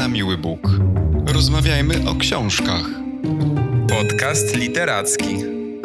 na miły Bóg. Rozmawiajmy o książkach. Podcast literacki.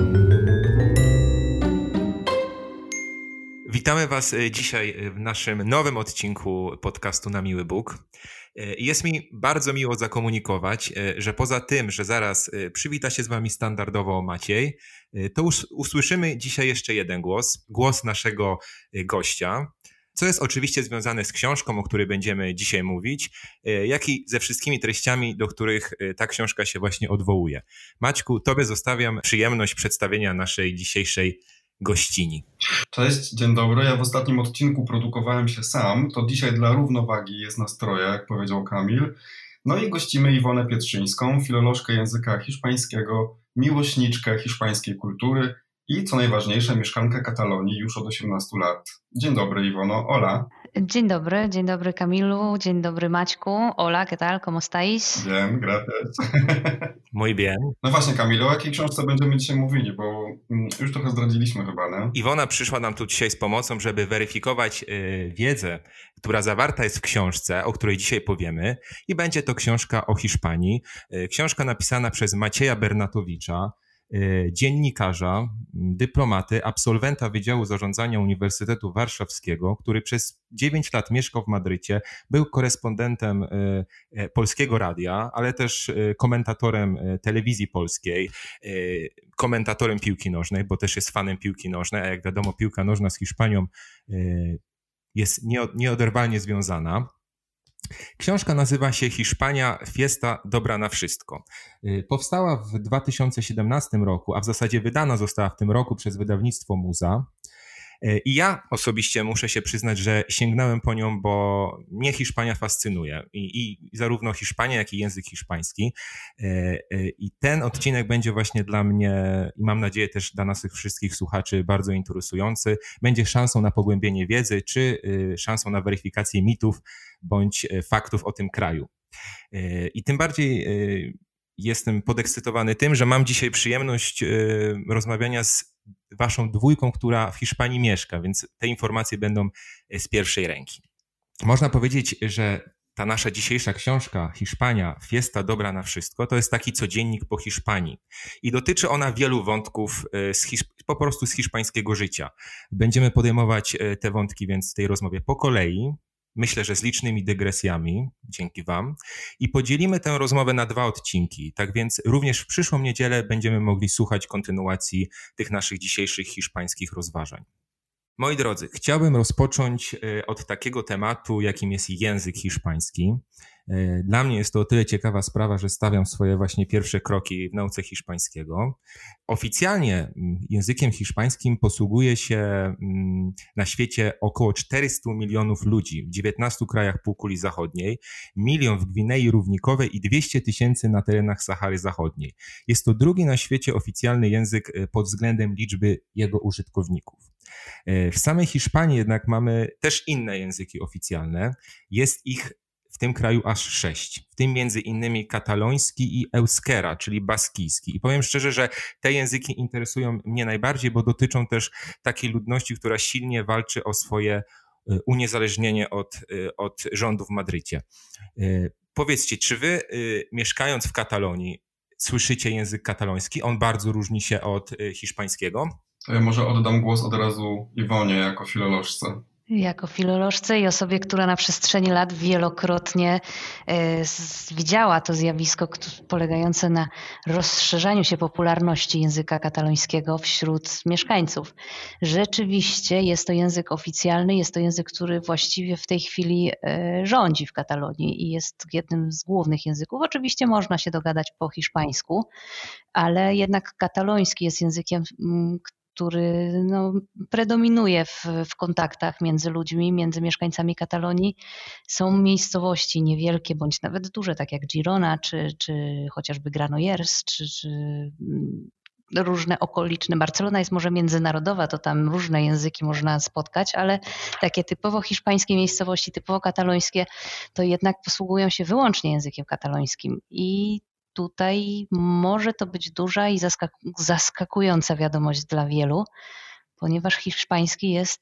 Witamy Was dzisiaj w naszym nowym odcinku podcastu Na Miły Bóg. Jest mi bardzo miło zakomunikować, że poza tym, że zaraz przywita się z Wami standardowo Maciej, to usłyszymy dzisiaj jeszcze jeden głos naszego gościa, co jest oczywiście związane z książką, o której będziemy dzisiaj mówić, jak i ze wszystkimi treściami, do których ta książka się właśnie odwołuje. Maćku, Tobie zostawiam przyjemność przedstawienia naszej dzisiejszej gościni. Cześć, dzień dobry. Ja w ostatnim odcinku produkowałem się sam, to dzisiaj dla równowagi jest nastroje, jak powiedział Kamil. No i gościmy Iwonę Pietrzyńską, filolożkę języka hiszpańskiego, miłośniczkę hiszpańskiej kultury i co najważniejsze, mieszkankę Katalonii już od 18 lat. Dzień dobry, Iwono. Hola. Dzień dobry Kamilu, dzień dobry Maćku. Hola, ¿qué tal? ¿Cómo estáis? Bien, gracias. Muy bien. No właśnie, Kamilu, o jakiej książce będziemy dzisiaj mówili, bo już trochę zdradziliśmy chyba, nie? Iwona przyszła nam tu dzisiaj z pomocą, żeby weryfikować wiedzę, która zawarta jest w książce, o której dzisiaj powiemy, i będzie to książka o Hiszpanii. Książka napisana przez Macieja Bernatowicza, dziennikarza, dyplomaty, absolwenta Wydziału Zarządzania Uniwersytetu Warszawskiego, który przez 9 lat mieszkał w Madrycie, był korespondentem Polskiego Radia, ale też komentatorem telewizji polskiej, komentatorem piłki nożnej, bo też jest fanem piłki nożnej, a jak wiadomo, piłka nożna z Hiszpanią jest nieoderwalnie związana. Książka nazywa się Hiszpania, fiesta dobra na wszystko. Powstała w 2017 roku, a w zasadzie wydana została w tym roku przez wydawnictwo Muza. I ja osobiście muszę się przyznać, że sięgnąłem po nią, bo mnie Hiszpania fascynuje. I zarówno Hiszpania, jak i język hiszpański. I ten odcinek będzie właśnie dla mnie, i mam nadzieję też dla naszych wszystkich słuchaczy, bardzo interesujący. Będzie szansą na pogłębienie wiedzy, czy szansą na weryfikację mitów bądź faktów o tym kraju. I tym bardziej jestem podekscytowany tym, że mam dzisiaj przyjemność rozmawiania z waszą dwójką, która w Hiszpanii mieszka, więc te informacje będą z pierwszej ręki. Można powiedzieć, że ta nasza dzisiejsza książka Hiszpania, fiesta dobra na wszystko, to jest taki codziennik po Hiszpanii i dotyczy ona wielu wątków po prostu z hiszpańskiego życia. Będziemy podejmować te wątki więc w tej rozmowie po kolei, myślę, że z licznymi dygresjami, dzięki wam, i podzielimy tę rozmowę na 2 odcinki, tak więc również w przyszłą niedzielę będziemy mogli słuchać kontynuacji tych naszych dzisiejszych hiszpańskich rozważań. Moi drodzy, chciałbym rozpocząć od takiego tematu, jakim jest język hiszpański. Dla mnie jest to o tyle ciekawa sprawa, że stawiam swoje właśnie pierwsze kroki w nauce hiszpańskiego. Oficjalnie językiem hiszpańskim posługuje się na świecie około 400 milionów ludzi w 19 krajach półkuli zachodniej, 1 000 000 w Gwinei Równikowej i 200 000 na terenach Sahary Zachodniej. Jest to drugi na świecie oficjalny język pod względem liczby jego użytkowników. W samej Hiszpanii jednak mamy też inne języki oficjalne. Jest ich w tym kraju aż 6, w tym między innymi kataloński i euskera, czyli baskijski. I powiem szczerze, że te języki interesują mnie najbardziej, bo dotyczą też takiej ludności, która silnie walczy o swoje uniezależnienie od rządu w Madrycie. Powiedzcie, czy wy mieszkając w Katalonii słyszycie język kataloński? On bardzo różni się od hiszpańskiego? To ja może oddam głos od razu Iwonie jako filolożce. Jako filolożce i osobie, która na przestrzeni lat wielokrotnie widziała to zjawisko polegające na rozszerzaniu się popularności języka katalońskiego wśród mieszkańców. Rzeczywiście jest to język oficjalny, jest to język, który właściwie w tej chwili rządzi w Katalonii i jest jednym z głównych języków. Oczywiście można się dogadać po hiszpańsku, ale jednak kataloński jest językiem, który predominuje w kontaktach między ludźmi, między mieszkańcami Katalonii. Są miejscowości niewielkie bądź nawet duże, tak jak Girona, czy chociażby Granollers, czy różne okoliczne. Barcelona jest może międzynarodowa, to tam różne języki można spotkać, ale takie typowo hiszpańskie miejscowości, typowo katalońskie, to jednak posługują się wyłącznie językiem katalońskim. I tutaj może to być duża i zaskakująca wiadomość dla wielu, ponieważ hiszpański jest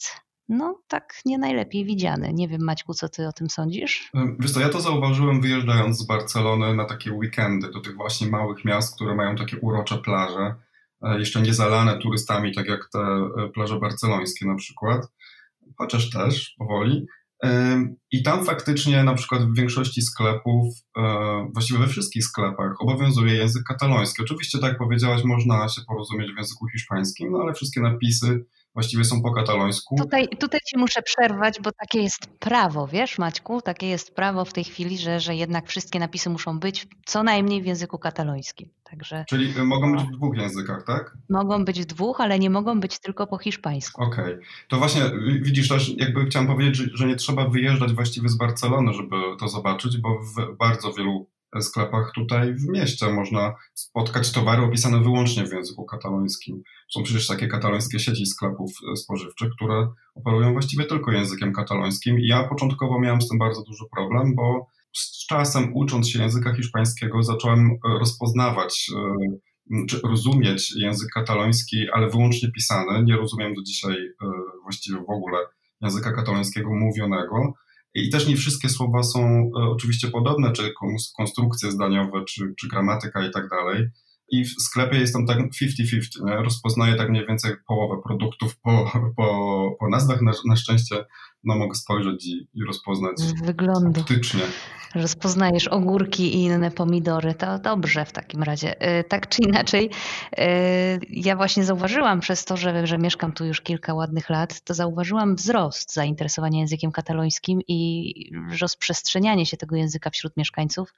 no tak nie najlepiej widziany. Nie wiem, Maćku, co ty o tym sądzisz? Wiesz co, ja to zauważyłem wyjeżdżając z Barcelony na takie weekendy do tych właśnie małych miast, które mają takie urocze plaże, jeszcze nie zalane turystami, tak jak te plaże barcelońskie na przykład, chociaż też powoli. I tam faktycznie na przykład w większości sklepów, właściwie we wszystkich sklepach obowiązuje język kataloński. Oczywiście, tak jak powiedziałaś, można się porozumieć w języku hiszpańskim, no ale wszystkie napisy właściwie są po katalońsku. Tutaj ci muszę przerwać, bo takie jest prawo, wiesz, Maćku? Takie jest prawo w tej chwili, że jednak wszystkie napisy muszą być co najmniej w języku katalońskim. Także Czyli mogą być w dwóch językach, tak? mogą być w dwóch, ale nie mogą być tylko po hiszpańsku. Okej. To właśnie widzisz też, jakby chciałem powiedzieć, że nie trzeba wyjeżdżać właściwie z Barcelony, żeby to zobaczyć, bo w bardzo wielu sklepach tutaj w mieście można spotkać towary opisane wyłącznie w języku katalońskim. Są przecież takie katalońskie sieci sklepów spożywczych, które operują właściwie tylko językiem katalońskim i ja początkowo miałem z tym bardzo duży problem, bo z czasem ucząc się języka hiszpańskiego zacząłem rozpoznawać czy rozumieć język kataloński, ale wyłącznie pisany. Nie rozumiem do dzisiaj właściwie w ogóle języka katalońskiego mówionego. I też nie wszystkie słowa są oczywiście podobne, czy konstrukcje zdaniowe, czy gramatyka i tak dalej. I w sklepie jest tam tak 50-50, nie? Rozpoznaję tak mniej więcej połowę produktów po nazwach. Na szczęście mogę spojrzeć i rozpoznać Wyglądu. optycznie. Rozpoznajesz ogórki i inne pomidory, to dobrze w takim razie. Tak czy inaczej, ja właśnie zauważyłam przez to, że mieszkam tu już kilka ładnych lat, to zauważyłam wzrost zainteresowania językiem katalońskim i rozprzestrzenianie się tego języka wśród mieszkańców,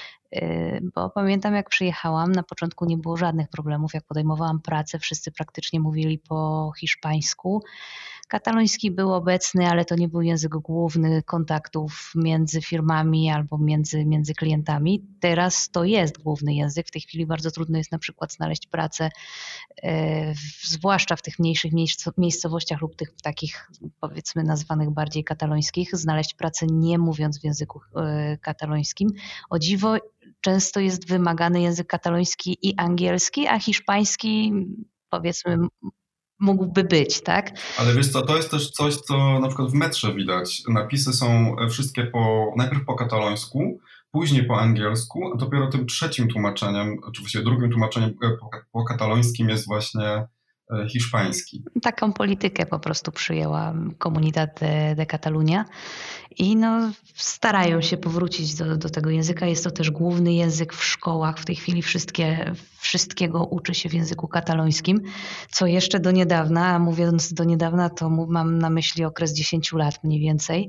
bo pamiętam jak przyjechałam, na początku nie było żadnych problemów, jak podejmowałam pracę, wszyscy praktycznie mówili po hiszpańsku. Kataloński był obecny, ale to nie był język główny kontaktów między firmami albo między klientami. Teraz to jest główny język. W tej chwili bardzo trudno jest na przykład znaleźć pracę, zwłaszcza w tych mniejszych miejscowościach lub tych takich powiedzmy nazwanych bardziej katalońskich, znaleźć pracę nie mówiąc w języku katalońskim. O dziwo często jest wymagany język kataloński i angielski, a hiszpański powiedzmy mógłby być, tak? Ale wiesz co, to jest też coś, co na przykład w metrze widać. Napisy są wszystkie najpierw po katalońsku, później po angielsku, a dopiero tym trzecim tłumaczeniem, oczywiście drugim tłumaczeniem po katalońskim jest właśnie hiszpański. Taką politykę po prostu przyjęła Comunitat de Catalunya i starają się powrócić do tego języka. Jest to też główny język w szkołach. W tej chwili wszystkiego uczy się w języku katalońskim, co jeszcze do niedawna, a mówiąc do niedawna, to mam na myśli okres 10 lat mniej więcej,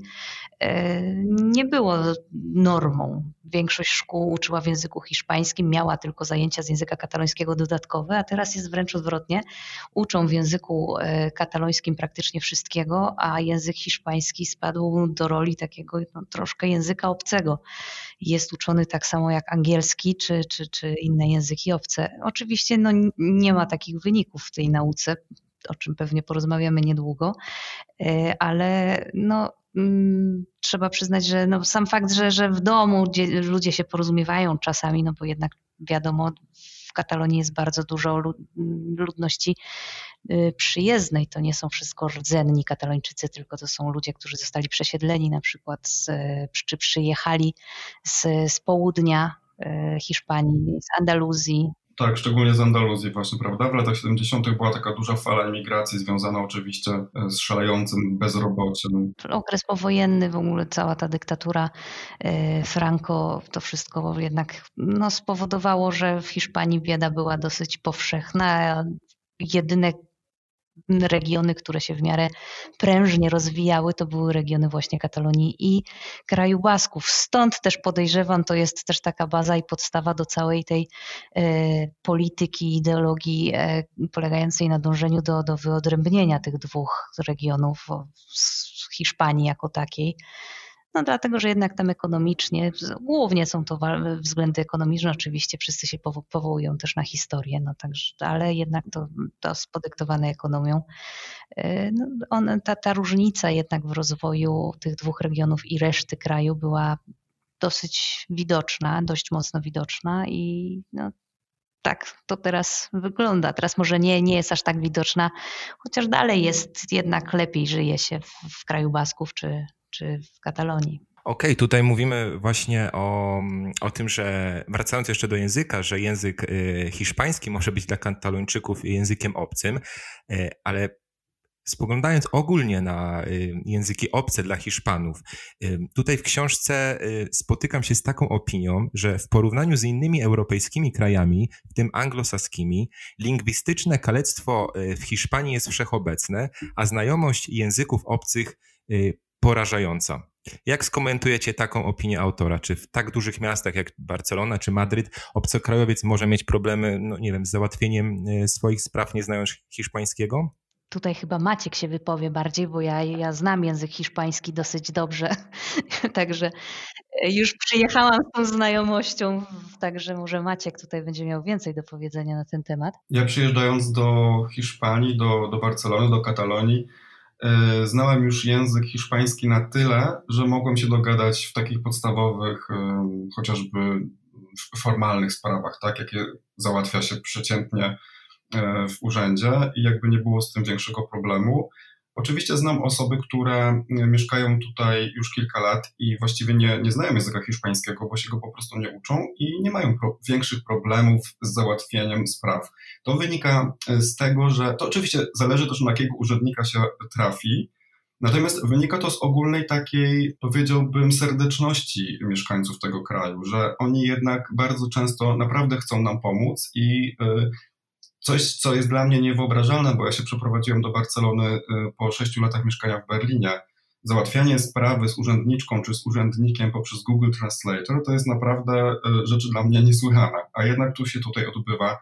nie było normą. Większość szkół uczyła w języku hiszpańskim, miała tylko zajęcia z języka katalońskiego dodatkowe, a teraz jest wręcz odwrotnie. Uczą w języku katalońskim praktycznie wszystkiego, a język hiszpański spadł do roli takiego troszkę języka obcego. Jest uczony tak samo jak angielski czy inne języki obce. Oczywiście nie ma takich wyników w tej nauce, o czym pewnie porozmawiamy niedługo, ale trzeba przyznać, że sam fakt, że w domu gdzie ludzie się porozumiewają czasami, bo jednak wiadomo, w Katalonii jest bardzo dużo ludności przyjezdnej. To nie są wszystko rdzenni Katalończycy, tylko to są ludzie, którzy zostali przesiedleni na przykład czy przyjechali z południa Hiszpanii, z Andaluzji. Tak, szczególnie z Andaluzji właśnie, prawda? W latach 70. była taka duża fala emigracji związana oczywiście z szalejącym bezrobociem. Okres powojenny, w ogóle cała ta dyktatura Franco, to wszystko jednak spowodowało, że w Hiszpanii bieda była dosyć powszechna. Jedyne regiony, które się w miarę prężnie rozwijały, to były regiony właśnie Katalonii i kraju Basków. Stąd też podejrzewam, to jest też taka baza i podstawa do całej tej polityki, ideologii polegającej na dążeniu do wyodrębnienia tych dwóch regionów z Hiszpanii jako takiej. Dlatego, że jednak tam ekonomicznie, głównie są to względy ekonomiczne, oczywiście wszyscy się powołują też na historię, także, ale jednak to spodyktowane ekonomią. Ta różnica jednak w rozwoju tych dwóch regionów i reszty kraju była dosyć widoczna, dość mocno widoczna i Tak to teraz wygląda. Teraz może nie jest aż tak widoczna, chociaż dalej jest jednak lepiej żyje się w kraju Basków czy w Katalonii. Okej, tutaj mówimy właśnie o tym, że wracając jeszcze do języka, że język hiszpański może być dla Katalończyków językiem obcym, ale spoglądając ogólnie na języki obce dla Hiszpanów, tutaj w książce spotykam się z taką opinią, że w porównaniu z innymi europejskimi krajami, w tym anglosaskimi, lingwistyczne kalectwo w Hiszpanii jest wszechobecne, a znajomość języków obcych porażająca. Jak skomentujecie taką opinię autora? Czy w tak dużych miastach jak Barcelona czy Madryt obcokrajowiec może mieć problemy, z załatwieniem swoich spraw, nie znając hiszpańskiego? Tutaj chyba Maciek się wypowie bardziej, bo ja znam język hiszpański dosyć dobrze, także już przyjechałam z tą znajomością, także może Maciek tutaj będzie miał więcej do powiedzenia na ten temat. Ja przyjeżdżając do Hiszpanii, do Barcelony, do Katalonii, znałem już język hiszpański na tyle, że mogłem się dogadać w takich podstawowych, chociażby formalnych sprawach, tak, jakie załatwia się przeciętnie w urzędzie i jakby nie było z tym większego problemu. Oczywiście znam osoby, które mieszkają tutaj już kilka lat i właściwie nie znają języka hiszpańskiego, bo się go po prostu nie uczą i nie mają większych problemów z załatwieniem spraw. To wynika z tego, że to oczywiście zależy też, na jakiego urzędnika się trafi, natomiast wynika to z ogólnej takiej, powiedziałbym, serdeczności mieszkańców tego kraju, że oni jednak bardzo często naprawdę chcą nam pomóc i coś, co jest dla mnie niewyobrażalne, bo ja się przeprowadziłem do Barcelony po 6 latach mieszkania w Berlinie. Załatwianie sprawy z urzędniczką czy z urzędnikiem poprzez Google Translator to jest naprawdę rzecz dla mnie niesłychana. A jednak tu się tutaj odbywa.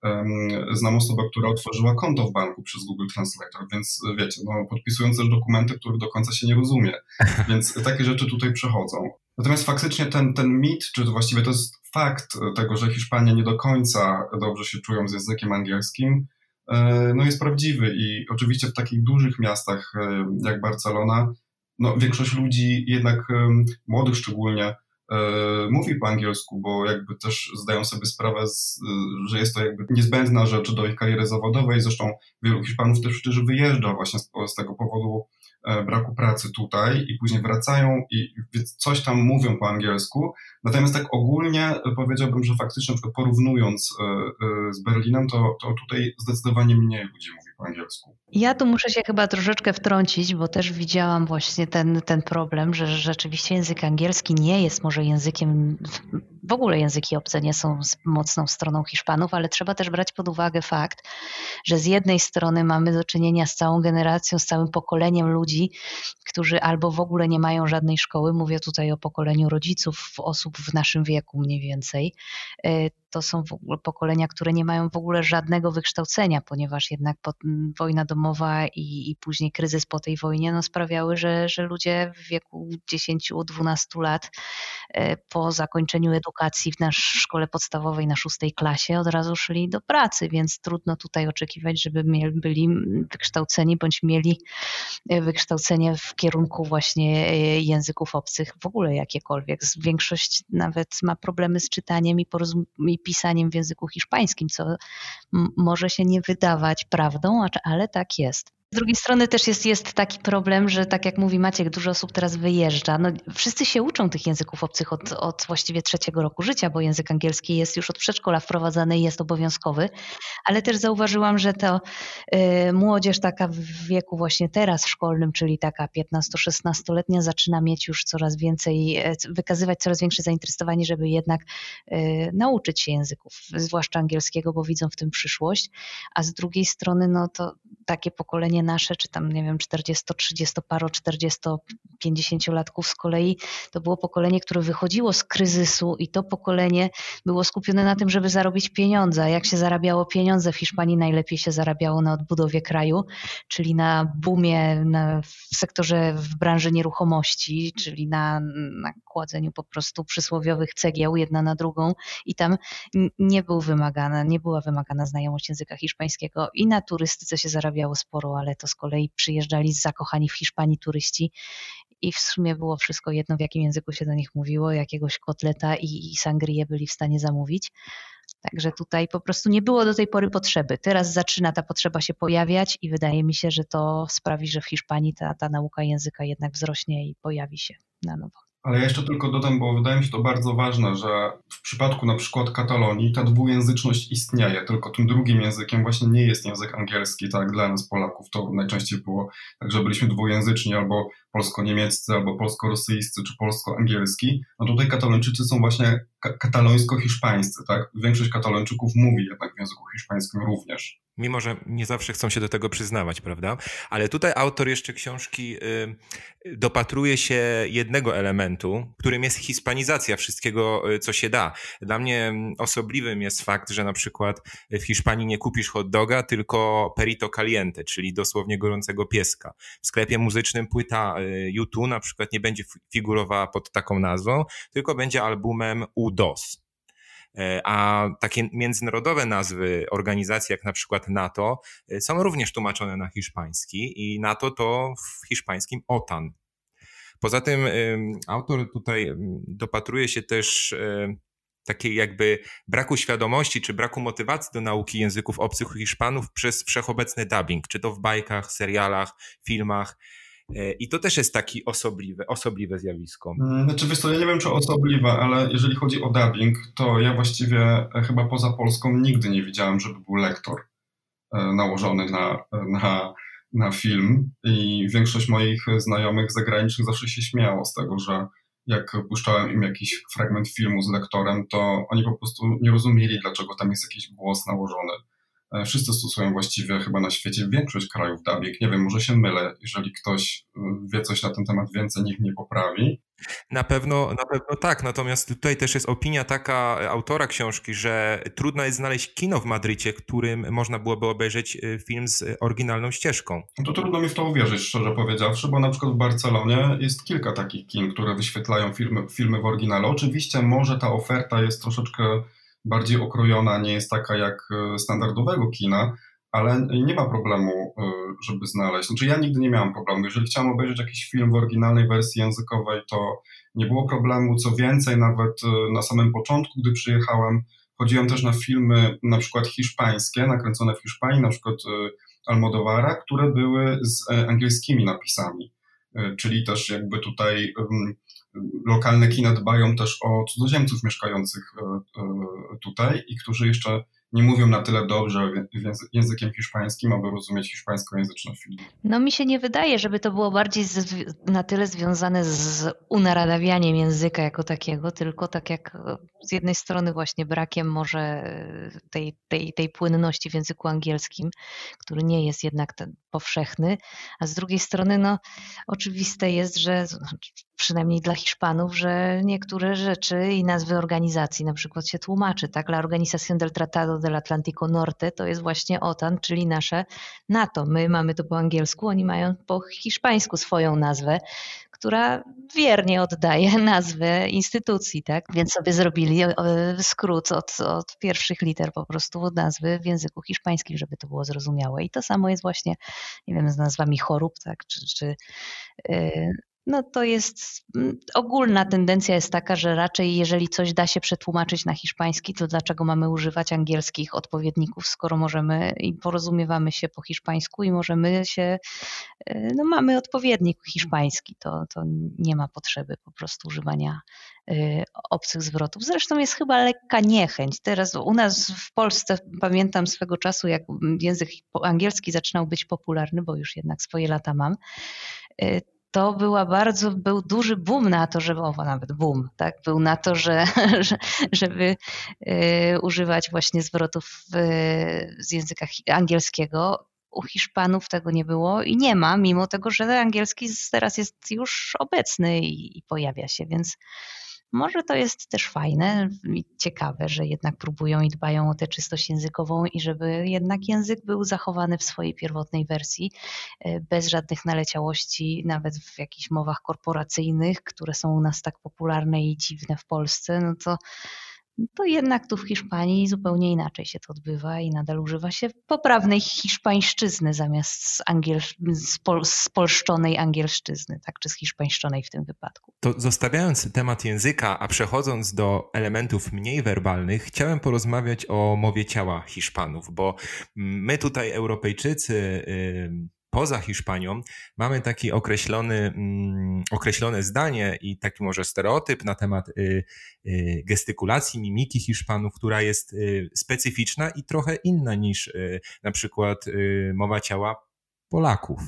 Znam osobę, która otworzyła konto w banku przez Google Translator, więc wiecie, podpisując też dokumenty, których do końca się nie rozumie. Więc takie rzeczy tutaj przechodzą. Natomiast faktycznie ten mit, czy to właściwie to jest fakt tego, że Hiszpanie nie do końca dobrze się czują z językiem angielskim, jest prawdziwy i oczywiście w takich dużych miastach jak Barcelona, większość ludzi jednak młodych szczególnie mówi po angielsku, bo jakby też zdają sobie sprawę, że jest to jakby niezbędna rzecz do ich kariery zawodowej. Zresztą wielu Hiszpanów też przecież wyjeżdża właśnie z tego powodu braku pracy tutaj i później wracają i coś tam mówią po angielsku. Natomiast tak ogólnie powiedziałbym, że faktycznie porównując z Berlinem, to tutaj zdecydowanie mniej ludzi mówi po angielsku. Ja tu muszę się chyba troszeczkę wtrącić, bo też widziałam właśnie ten problem, że rzeczywiście język angielski nie jest może językiem, w ogóle języki obce nie są mocną stroną Hiszpanów, ale trzeba też brać pod uwagę fakt, że z jednej strony mamy do czynienia z całą generacją, z całym pokoleniem ludzi, którzy albo w ogóle nie mają żadnej szkoły, mówię tutaj o pokoleniu rodziców, osób w naszym wieku mniej więcej. To są w ogóle pokolenia, które nie mają w ogóle żadnego wykształcenia, ponieważ jednak wojna domowa i później kryzys po tej wojnie sprawiały, że ludzie w wieku 10-12 lat po zakończeniu edukacji w naszej szkole podstawowej na 6 klasie od razu szli do pracy, więc trudno tutaj oczekiwać, żeby byli wykształceni bądź mieli wykształcenie w kierunku właśnie języków obcych, w ogóle jakiekolwiek. Większość nawet ma problemy z czytaniem i pisaniem w języku hiszpańskim, co może się nie wydawać prawdą, ale tak jest. Z drugiej strony też jest taki problem, że tak jak mówi Maciek, dużo osób teraz wyjeżdża. Wszyscy się uczą tych języków obcych od właściwie 3. roku życia, bo język angielski jest już od przedszkola wprowadzany i jest obowiązkowy, ale też zauważyłam, że to młodzież taka w wieku właśnie teraz szkolnym, czyli taka 15-16-letnia zaczyna mieć już coraz więcej, wykazywać coraz większe zainteresowanie, żeby jednak nauczyć się języków, zwłaszcza angielskiego, bo widzą w tym przyszłość, a z drugiej strony to takie pokolenie nasze, czy tam, nie wiem, 40-50-latków z kolei, to było pokolenie, które wychodziło z kryzysu i to pokolenie było skupione na tym, żeby zarobić pieniądze. A jak się zarabiało pieniądze w Hiszpanii, najlepiej się zarabiało na odbudowie kraju, czyli na boomie w sektorze, w branży nieruchomości, czyli na kładzeniu po prostu przysłowiowych cegieł jedna na drugą i tam nie była wymagana znajomość języka hiszpańskiego i na turystyce się zarabiało sporo, ale to z kolei przyjeżdżali zakochani w Hiszpanii turyści i w sumie było wszystko jedno, w jakim języku się do nich mówiło, jakiegoś kotleta i sangrię byli w stanie zamówić. Także tutaj po prostu nie było do tej pory potrzeby. Teraz zaczyna ta potrzeba się pojawiać i wydaje mi się, że to sprawi, że w Hiszpanii ta nauka języka jednak wzrośnie i pojawi się na nowo. Ale ja jeszcze tylko dodam, bo wydaje mi się to bardzo ważne, że w przypadku na przykład Katalonii ta dwujęzyczność istnieje, tylko tym drugim językiem właśnie nie jest język angielski, tak dla nas Polaków to najczęściej było tak, że byliśmy dwujęzyczni albo polsko-niemieccy, albo polsko-rosyjscy, czy polsko-angielski. No tutaj Katalończycy są właśnie katalońsko-hiszpańscy, tak? Większość Katalończyków mówi jednak w języku hiszpańskim również. Mimo że nie zawsze chcą się do tego przyznawać, prawda? Ale tutaj autor jeszcze książki dopatruje się jednego elementu, którym jest hiszpanizacja wszystkiego, co się da. Dla mnie osobliwym jest fakt, że na przykład w Hiszpanii nie kupisz hot doga, tylko perito caliente, czyli dosłownie gorącego pieska. W sklepie muzycznym płyta U2 na przykład nie będzie figurowała pod taką nazwą, tylko będzie albumem U2. A takie międzynarodowe nazwy organizacji jak na przykład NATO są również tłumaczone na hiszpański i NATO to w hiszpańskim OTAN. Poza tym autor tutaj dopatruje się też takiej jakby braku świadomości czy braku motywacji do nauki języków obcych u Hiszpanów przez wszechobecny dubbing, czy to w bajkach, serialach, filmach. I to też jest takie osobliwe zjawisko. Znaczy, wiesz co, ja nie wiem, czy osobliwe, ale jeżeli chodzi o dubbing, to ja właściwie chyba poza Polską nigdy nie widziałem, żeby był lektor nałożony na film i większość moich znajomych zagranicznych zawsze się śmiało z tego, że jak puszczałem im jakiś fragment filmu z lektorem, to oni po prostu nie rozumieli, dlaczego tam jest jakiś głos nałożony. Wszyscy stosują właściwie chyba na świecie, większość krajów dubbing. Nie wiem, może się mylę. Jeżeli ktoś wie coś na ten temat więcej, niech mnie poprawi. Na pewno tak, natomiast tutaj też jest opinia taka autora książki, że trudno jest znaleźć kino w Madrycie, którym można byłoby obejrzeć film z oryginalną ścieżką. No to trudno mi w to uwierzyć, szczerze powiedziawszy, bo na przykład w Barcelonie jest kilka takich kin, które wyświetlają filmy w oryginale. Oczywiście może ta oferta jest troszeczkę bardziej okrojona, nie jest taka jak standardowego kina, ale nie ma problemu, żeby znaleźć. Znaczy ja nigdy nie miałem problemu. Jeżeli chciałem obejrzeć jakiś film w oryginalnej wersji językowej, to nie było problemu. Co więcej, nawet na samym początku, gdy przyjechałem, chodziłem też na filmy na przykład hiszpańskie, nakręcone w Hiszpanii, na przykład Almodóvara, które były z angielskimi napisami. Czyli też jakby tutaj lokalne kina dbają też o cudzoziemców mieszkających tutaj i którzy jeszcze nie mówią na tyle dobrze językiem hiszpańskim, aby rozumieć hiszpańskojęzyczne filmy. No mi się nie wydaje, żeby to było bardziej na tyle związane z unaradawianiem języka jako takiego, tylko tak jak z jednej strony właśnie brakiem może tej płynności w języku angielskim, który nie jest jednak powszechny, a z drugiej strony no oczywiste jest, że przynajmniej dla Hiszpanów, że niektóre rzeczy i nazwy organizacji na przykład się tłumaczy, tak? La Organización del Tratado del Atlántico Norte to jest właśnie OTAN, czyli nasze NATO. My mamy to po angielsku, oni mają po hiszpańsku swoją nazwę, która wiernie oddaje nazwę instytucji, tak? Więc sobie zrobili skrót od pierwszych liter po prostu od nazwy w języku hiszpańskim, żeby to było zrozumiałe. I to samo jest właśnie, nie wiem, z nazwami chorób, tak? No to jest ogólna tendencja jest taka, że raczej jeżeli coś da się przetłumaczyć na hiszpański, to dlaczego mamy używać angielskich odpowiedników, skoro możemy i porozumiewamy się po hiszpańsku i możemy się, no mamy odpowiednik hiszpański, to nie ma potrzeby po prostu używania obcych zwrotów. Zresztą jest chyba lekka niechęć. Teraz u nas w Polsce pamiętam swego czasu, jak język angielski zaczynał być popularny, bo już jednak swoje lata mam, to był duży boom na to, nawet boom, tak, był na to, żeby używać właśnie zwrotów z języka angielskiego. U Hiszpanów tego nie było i nie ma, mimo tego, że angielski teraz jest już obecny i pojawia się, więc może to jest też fajne i ciekawe, że jednak próbują i dbają o tę czystość językową i żeby jednak język był zachowany w swojej pierwotnej wersji, bez żadnych naleciałości, nawet w jakichś mowach korporacyjnych, które są u nas tak popularne i dziwne w Polsce, no to to jednak tu w Hiszpanii zupełnie inaczej się to odbywa i nadal używa się poprawnej hiszpańszczyzny zamiast spolszczonej angielszczyzny, tak, czy zhiszpańszczonej w tym wypadku. To zostawiając temat języka, a przechodząc do elementów mniej werbalnych, chciałem porozmawiać o mowie ciała Hiszpanów, bo my tutaj Europejczycy poza Hiszpanią mamy taki określone zdanie i taki może stereotyp na temat gestykulacji, mimiki Hiszpanów, która jest specyficzna i trochę inna niż na przykład mowa ciała Polaków.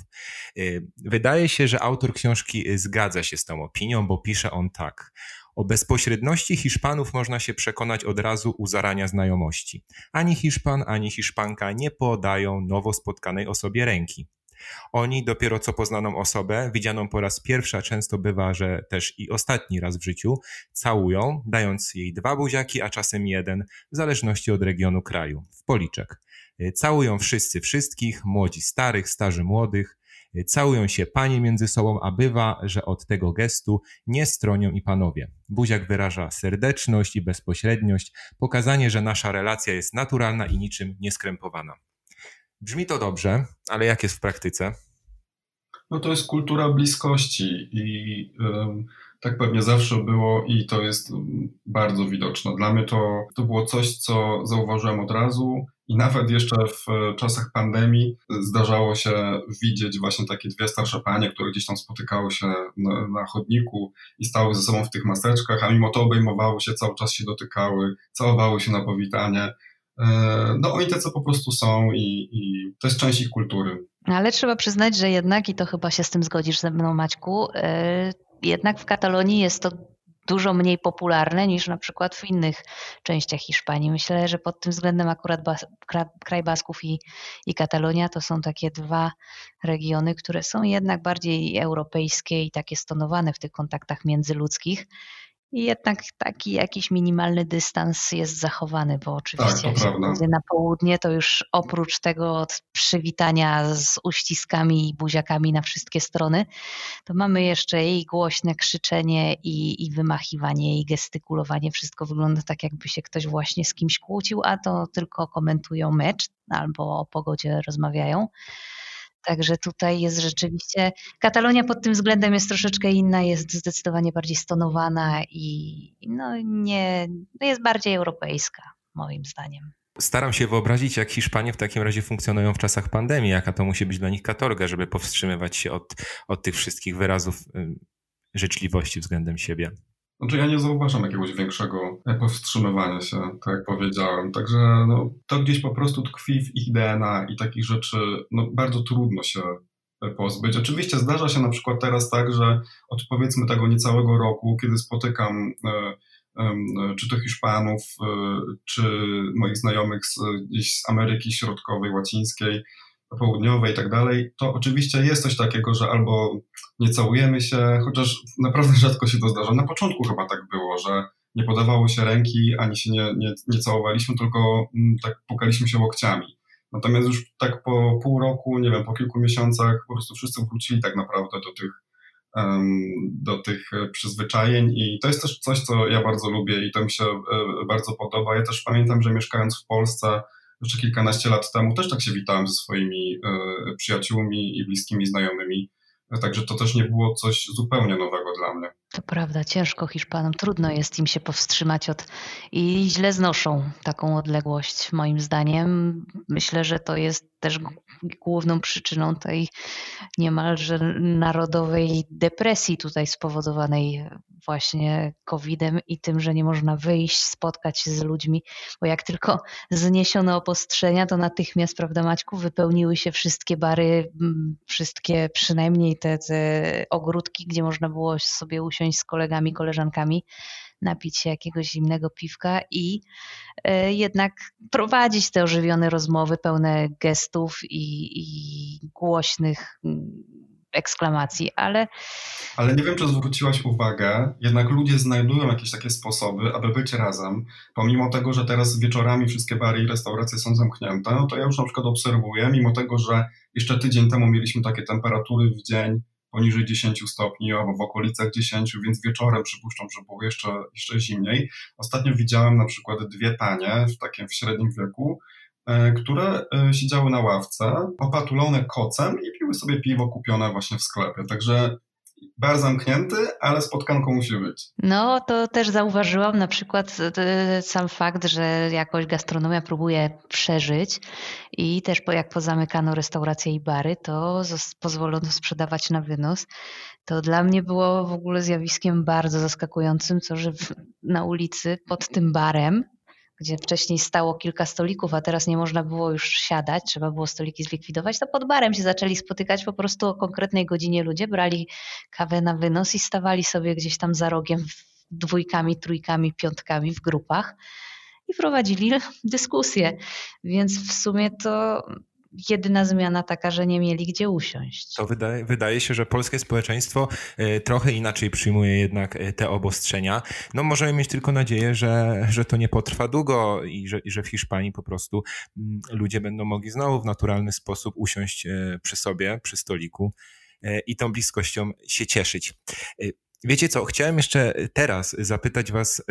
Wydaje się, że autor książki zgadza się z tą opinią, bo pisze on tak. O bezpośredności Hiszpanów można się przekonać od razu u zarania znajomości. Ani Hiszpan, ani Hiszpanka nie podają nowo spotkanej osobie ręki. Oni dopiero co poznaną osobę, widzianą po raz pierwszy, a często bywa, że też i ostatni raz w życiu, całują, dając jej 2 buziaki, a czasem 1, w zależności od regionu kraju, w policzek. Całują wszyscy wszystkich, młodzi starych, starzy młodych, całują się panie między sobą, a bywa, że od tego gestu nie stronią i panowie. Buziak wyraża serdeczność i bezpośredniość, pokazanie, że nasza relacja jest naturalna i niczym nieskrępowana. Brzmi to dobrze, ale jak jest w praktyce? No to jest kultura bliskości i tak pewnie zawsze było i to jest bardzo widoczne. Dla mnie to było coś, co zauważyłem od razu i nawet jeszcze w czasach pandemii zdarzało się widzieć właśnie takie 2 starsze panie, które gdzieś tam spotykały się na chodniku i stały ze sobą w tych maseczkach, a mimo to obejmowały się, cały czas się dotykały, całowały się na powitanie. No oni tacy po prostu są i to jest część ich kultury. Ale trzeba przyznać, że jednak, i to chyba się z tym zgodzisz ze mną, Maćku, jednak w Katalonii jest to dużo mniej popularne niż na przykład w innych częściach Hiszpanii. Myślę, że pod tym względem akurat kraj Basków i Katalonia to są takie 2 regiony, które są jednak bardziej europejskie i takie stonowane w tych kontaktach międzyludzkich. I jednak taki jakiś minimalny dystans jest zachowany, bo oczywiście jak się pójdzie na południe, to już oprócz tego od przywitania z uściskami i buziakami na wszystkie strony, to mamy jeszcze i głośne krzyczenie i wymachiwanie i gestykulowanie. Wszystko wygląda tak, jakby się ktoś właśnie z kimś kłócił, a to tylko komentują mecz albo o pogodzie rozmawiają. Także tutaj jest rzeczywiście, Katalonia pod tym względem jest troszeczkę inna, jest zdecydowanie bardziej stonowana i jest bardziej europejska, moim zdaniem. Staram się wyobrazić, jak Hiszpanie w takim razie funkcjonują w czasach pandemii, jaka to musi być dla nich katorga, żeby powstrzymywać się od tych wszystkich wyrazów życzliwości względem siebie. Znaczy ja nie zauważam jakiegoś większego powstrzymywania się, tak jak powiedziałem. Także to gdzieś po prostu tkwi w ich DNA i takich rzeczy bardzo trudno się pozbyć. Oczywiście zdarza się na przykład teraz tak, że od powiedzmy tego niecałego roku, kiedy spotykam czy to Hiszpanów, czy moich znajomych gdzieś z Ameryki Środkowej, Łacińskiej, Południowej i tak dalej, to oczywiście jest coś takiego, że albo nie całujemy się, chociaż naprawdę rzadko się to zdarza. Na początku chyba tak było, że nie podawało się ręki, ani się nie całowaliśmy, tylko tak pukaliśmy się łokciami. Natomiast już tak po pół roku, nie wiem, po kilku miesiącach po prostu wszyscy wrócili tak naprawdę do tych przyzwyczajeń i to jest też coś, co ja bardzo lubię i to mi się bardzo podoba. Ja też pamiętam, że mieszkając w Polsce jeszcze kilkanaście lat temu też tak się witałem ze swoimi przyjaciółmi i bliskimi znajomymi, także to też nie było coś zupełnie nowego dla mnie. To prawda, ciężko Hiszpanom, trudno jest im się powstrzymać i źle znoszą taką odległość, moim zdaniem. Myślę, że to jest też główną przyczyną tej niemalże narodowej depresji tutaj spowodowanej właśnie COVID-em i tym, że nie można wyjść, spotkać się z ludźmi, bo jak tylko zniesiono obostrzenia, to natychmiast, prawda Maćku, wypełniły się wszystkie bary, wszystkie przynajmniej te ogródki, gdzie można było sobie usiąść z kolegami, koleżankami, napić się jakiegoś zimnego piwka i jednak prowadzić te ożywione rozmowy pełne gestów i głośnych eksklamacji, ale nie wiem, czy zwróciłaś uwagę, jednak ludzie znajdują jakieś takie sposoby, aby być razem, pomimo tego, że teraz wieczorami wszystkie bary i restauracje są zamknięte, to ja już na przykład obserwuję, mimo tego, że jeszcze tydzień temu mieliśmy takie temperatury w dzień poniżej 10 stopni albo w okolicach 10, więc wieczorem przypuszczam, że było jeszcze zimniej. Ostatnio widziałem na przykład 2 panie w średnim wieku, które siedziały na ławce, opatulone kocem i piły sobie piwo kupione właśnie w sklepie. Także bar zamknięty, ale spotkanką musi być. No, to też zauważyłam na przykład sam fakt, że jakoś gastronomia próbuje przeżyć i też jak pozamykano restauracje i bary, to pozwolono sprzedawać na wynos. To dla mnie było w ogóle zjawiskiem bardzo zaskakującym, że na ulicy pod tym barem, gdzie wcześniej stało kilka stolików, a teraz nie można było już siadać, trzeba było stoliki zlikwidować, to pod barem się zaczęli spotykać po prostu o konkretnej godzinie ludzie, brali kawę na wynos i stawali sobie gdzieś tam za rogiem 2, 3, 5 w grupach i prowadzili dyskusję. Więc w sumie to jedyna zmiana taka, że nie mieli gdzie usiąść. To wydaje się, że polskie społeczeństwo trochę inaczej przyjmuje jednak te obostrzenia. No możemy mieć tylko nadzieję, że to nie potrwa długo i że w Hiszpanii po prostu ludzie będą mogli znowu w naturalny sposób usiąść przy sobie, przy stoliku i tą bliskością się cieszyć. Wiecie co, chciałem jeszcze teraz zapytać was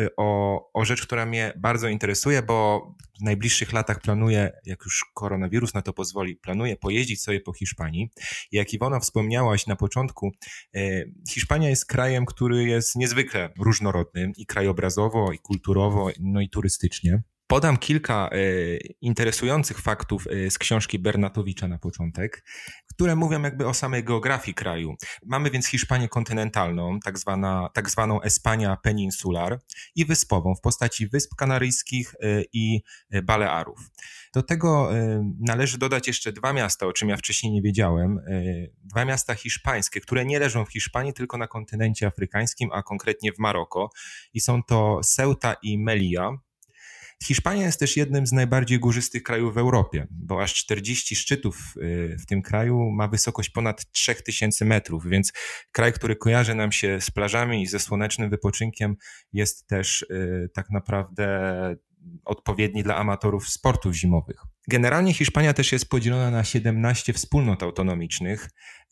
o rzecz, która mnie bardzo interesuje, bo w najbliższych latach planuję, jak już koronawirus na to pozwoli, planuję pojeździć sobie po Hiszpanii. I jak Iwona wspomniałaś na początku, Hiszpania jest krajem, który jest niezwykle różnorodny i krajobrazowo, i kulturowo, no i turystycznie. Podam kilka interesujących faktów z książki Bernatowicza na początek, które mówią jakby o samej geografii kraju. Mamy więc Hiszpanię kontynentalną, tak zwaną Espania Peninsular i wyspową w postaci Wysp Kanaryjskich i Balearów. Do tego należy dodać jeszcze 2 miasta, o czym ja wcześniej nie wiedziałem. 2 miasta hiszpańskie, które nie leżą w Hiszpanii, tylko na kontynencie afrykańskim, a konkretnie w Maroko. I są to Ceuta i Melilla. Hiszpania jest też jednym z najbardziej górzystych krajów w Europie, bo aż 40 szczytów w tym kraju ma wysokość ponad 3000 metrów, więc kraj, który kojarzy nam się z plażami i ze słonecznym wypoczynkiem, jest też tak naprawdę odpowiedni dla amatorów sportów zimowych. Generalnie Hiszpania też jest podzielona na 17 wspólnot autonomicznych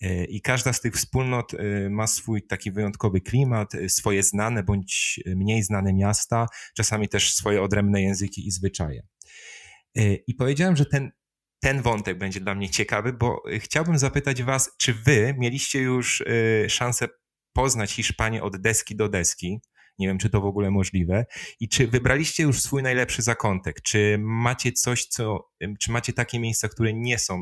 i każda z tych wspólnot ma swój taki wyjątkowy klimat, swoje znane bądź mniej znane miasta, czasami też swoje odrębne języki i zwyczaje. I powiedziałem, że ten wątek będzie dla mnie ciekawy, bo chciałbym zapytać was, czy wy mieliście już szansę poznać Hiszpanię od deski do deski? Nie wiem, czy to w ogóle możliwe. I czy wybraliście już swój najlepszy zakątek? Czy macie czy macie takie miejsca, które nie są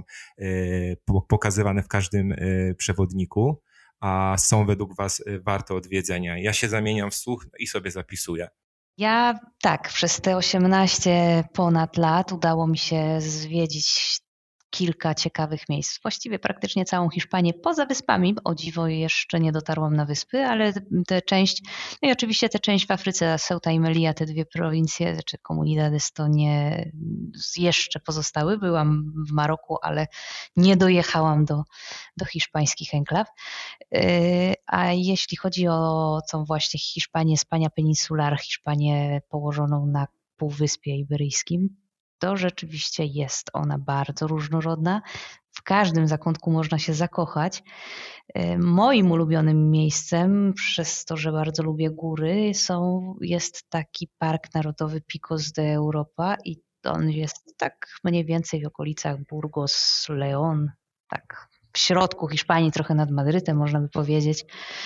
pokazywane w każdym przewodniku, a są według was warte odwiedzenia? Ja się zamieniam w słuch i sobie zapisuję. Ja tak, przez te 18 ponad lat udało mi się zwiedzić kilka ciekawych miejsc. Właściwie praktycznie całą Hiszpanię poza wyspami. O dziwo jeszcze nie dotarłam na wyspy, ale tę część, no i oczywiście tę część w Afryce, Ceuta i Melilla, te 2 prowincje, czy comunidades to nie jeszcze pozostały. Byłam w Maroku, ale nie dojechałam do hiszpańskich enklaw. A jeśli chodzi o tą właśnie Hiszpanię, Espania Peninsular, Hiszpanię położoną na Półwyspie Iberyjskim, to rzeczywiście jest ona bardzo różnorodna. W każdym zakątku można się zakochać. Moim ulubionym miejscem, przez to, że bardzo lubię góry, jest taki Park Narodowy Picos de Europa i on jest tak mniej więcej w okolicach Burgos, León, tak w środku Hiszpanii, trochę nad Madrytem, można by powiedzieć,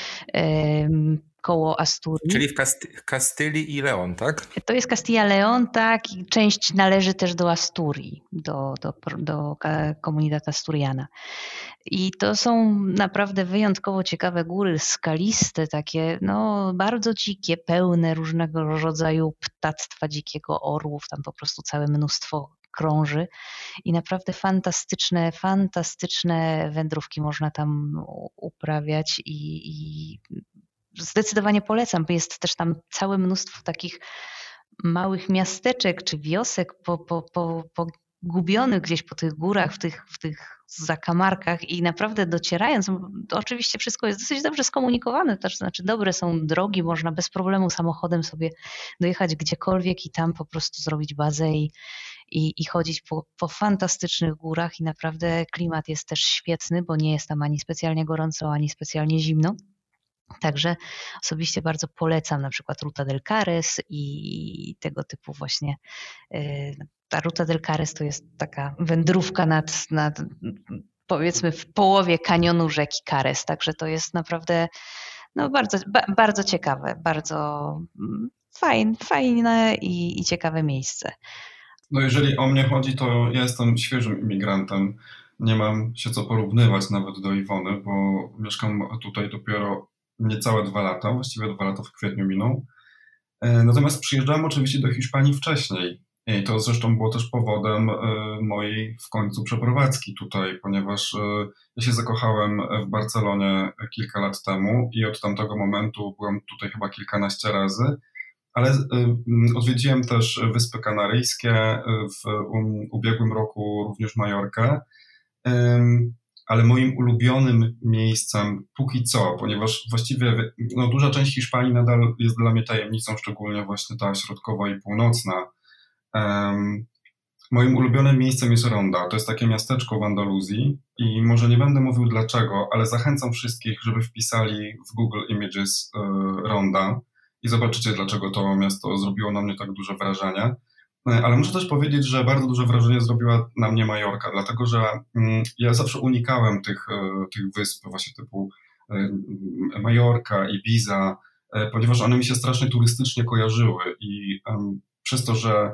koło Asturii. Czyli w Kastylii i León, tak? To jest Castilla-León, tak, i część należy też do Asturii, do Comunidad Asturiana. I to są naprawdę wyjątkowo ciekawe góry, skaliste, takie no bardzo dzikie, pełne różnego rodzaju ptactwa, dzikiego, orłów, tam po prostu całe mnóstwo krąży i naprawdę fantastyczne wędrówki można tam uprawiać i zdecydowanie polecam, bo jest też tam całe mnóstwo takich małych miasteczek czy wiosek pogubionych gdzieś po tych górach, w tych zakamarkach i naprawdę docierając, to oczywiście wszystko jest dosyć dobrze skomunikowane, to znaczy dobre są drogi, można bez problemu samochodem sobie dojechać gdziekolwiek i tam po prostu zrobić bazę i chodzić po fantastycznych górach i naprawdę klimat jest też świetny, bo nie jest tam ani specjalnie gorąco, ani specjalnie zimno. Także osobiście bardzo polecam na przykład Ruta del Cares i tego typu właśnie. Ta Ruta del Cares to jest taka wędrówka nad powiedzmy w połowie kanionu rzeki Cares, także to jest naprawdę bardzo ciekawe, bardzo fajne i ciekawe miejsce. No jeżeli o mnie chodzi, to ja jestem świeżym imigrantem. Nie mam się co porównywać nawet do Iwony, bo mieszkam tutaj dopiero niecałe 2 lata, właściwie 2 lata w kwietniu miną. Natomiast przyjeżdżałem oczywiście do Hiszpanii wcześniej i to zresztą było też powodem mojej w końcu przeprowadzki tutaj, ponieważ ja się zakochałem w Barcelonie kilka lat temu i od tamtego momentu byłem tutaj chyba kilkanaście razy, ale odwiedziłem też Wyspy Kanaryjskie, w ubiegłym roku również Majorkę. Ale moim ulubionym miejscem póki co, ponieważ właściwie duża część Hiszpanii nadal jest dla mnie tajemnicą, szczególnie właśnie ta środkowa i północna. Moim ulubionym miejscem jest Ronda. To jest takie miasteczko w Andaluzji i może nie będę mówił dlaczego, ale zachęcam wszystkich, żeby wpisali w Google Images Ronda i zobaczycie, dlaczego to miasto zrobiło na mnie tak duże wrażenie. Ale muszę też powiedzieć, że bardzo duże wrażenie zrobiła na mnie Majorka, dlatego że ja zawsze unikałem tych wysp właśnie typu Majorka, Ibiza, ponieważ one mi się strasznie turystycznie kojarzyły i przez to, że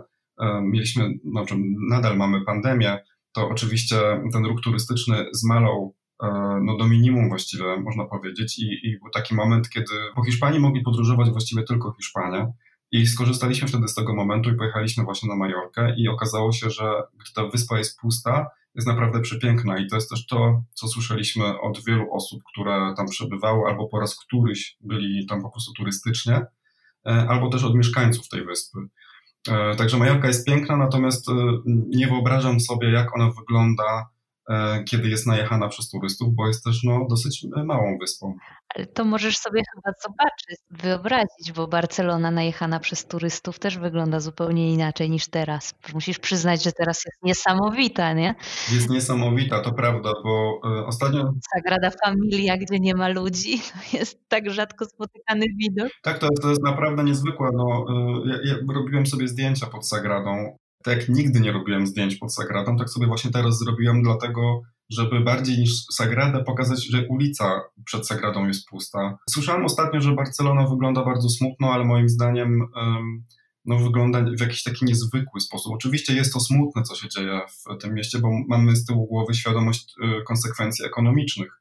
nadal mamy pandemię, to oczywiście ten ruch turystyczny zmalał do minimum właściwie, można powiedzieć i był taki moment, kiedy po Hiszpanii mogli podróżować właściwie tylko Hiszpanie. I skorzystaliśmy wtedy z tego momentu i pojechaliśmy właśnie na Majorkę i okazało się, że gdy ta wyspa jest pusta, jest naprawdę przepiękna i to jest też to, co słyszeliśmy od wielu osób, które tam przebywały albo po raz któryś byli tam po prostu turystycznie, albo też od mieszkańców tej wyspy. Także Majorka jest piękna, natomiast nie wyobrażam sobie, jak ona wygląda, kiedy jest najechana przez turystów, bo jest też dosyć małą wyspą. Ale to możesz sobie chyba wyobrazić, bo Barcelona najechana przez turystów też wygląda zupełnie inaczej niż teraz. Musisz przyznać, że teraz jest niesamowita, nie? Jest niesamowita, to prawda, bo ostatnio... Sagrada Familia, gdzie nie ma ludzi, to jest tak rzadko spotykany widok. Tak, to jest naprawdę niezwykłe. Ja robiłem sobie zdjęcia pod Sagradą. Tak jak nigdy nie robiłem zdjęć pod Sagradą, tak sobie właśnie teraz zrobiłem, dlatego żeby bardziej niż Sagradę pokazać, że ulica przed Sagradą jest pusta. Słyszałem ostatnio, że Barcelona wygląda bardzo smutno, ale moim zdaniem wygląda w jakiś taki niezwykły sposób. Oczywiście jest to smutne, co się dzieje w tym mieście, bo mamy z tyłu głowy świadomość konsekwencji ekonomicznych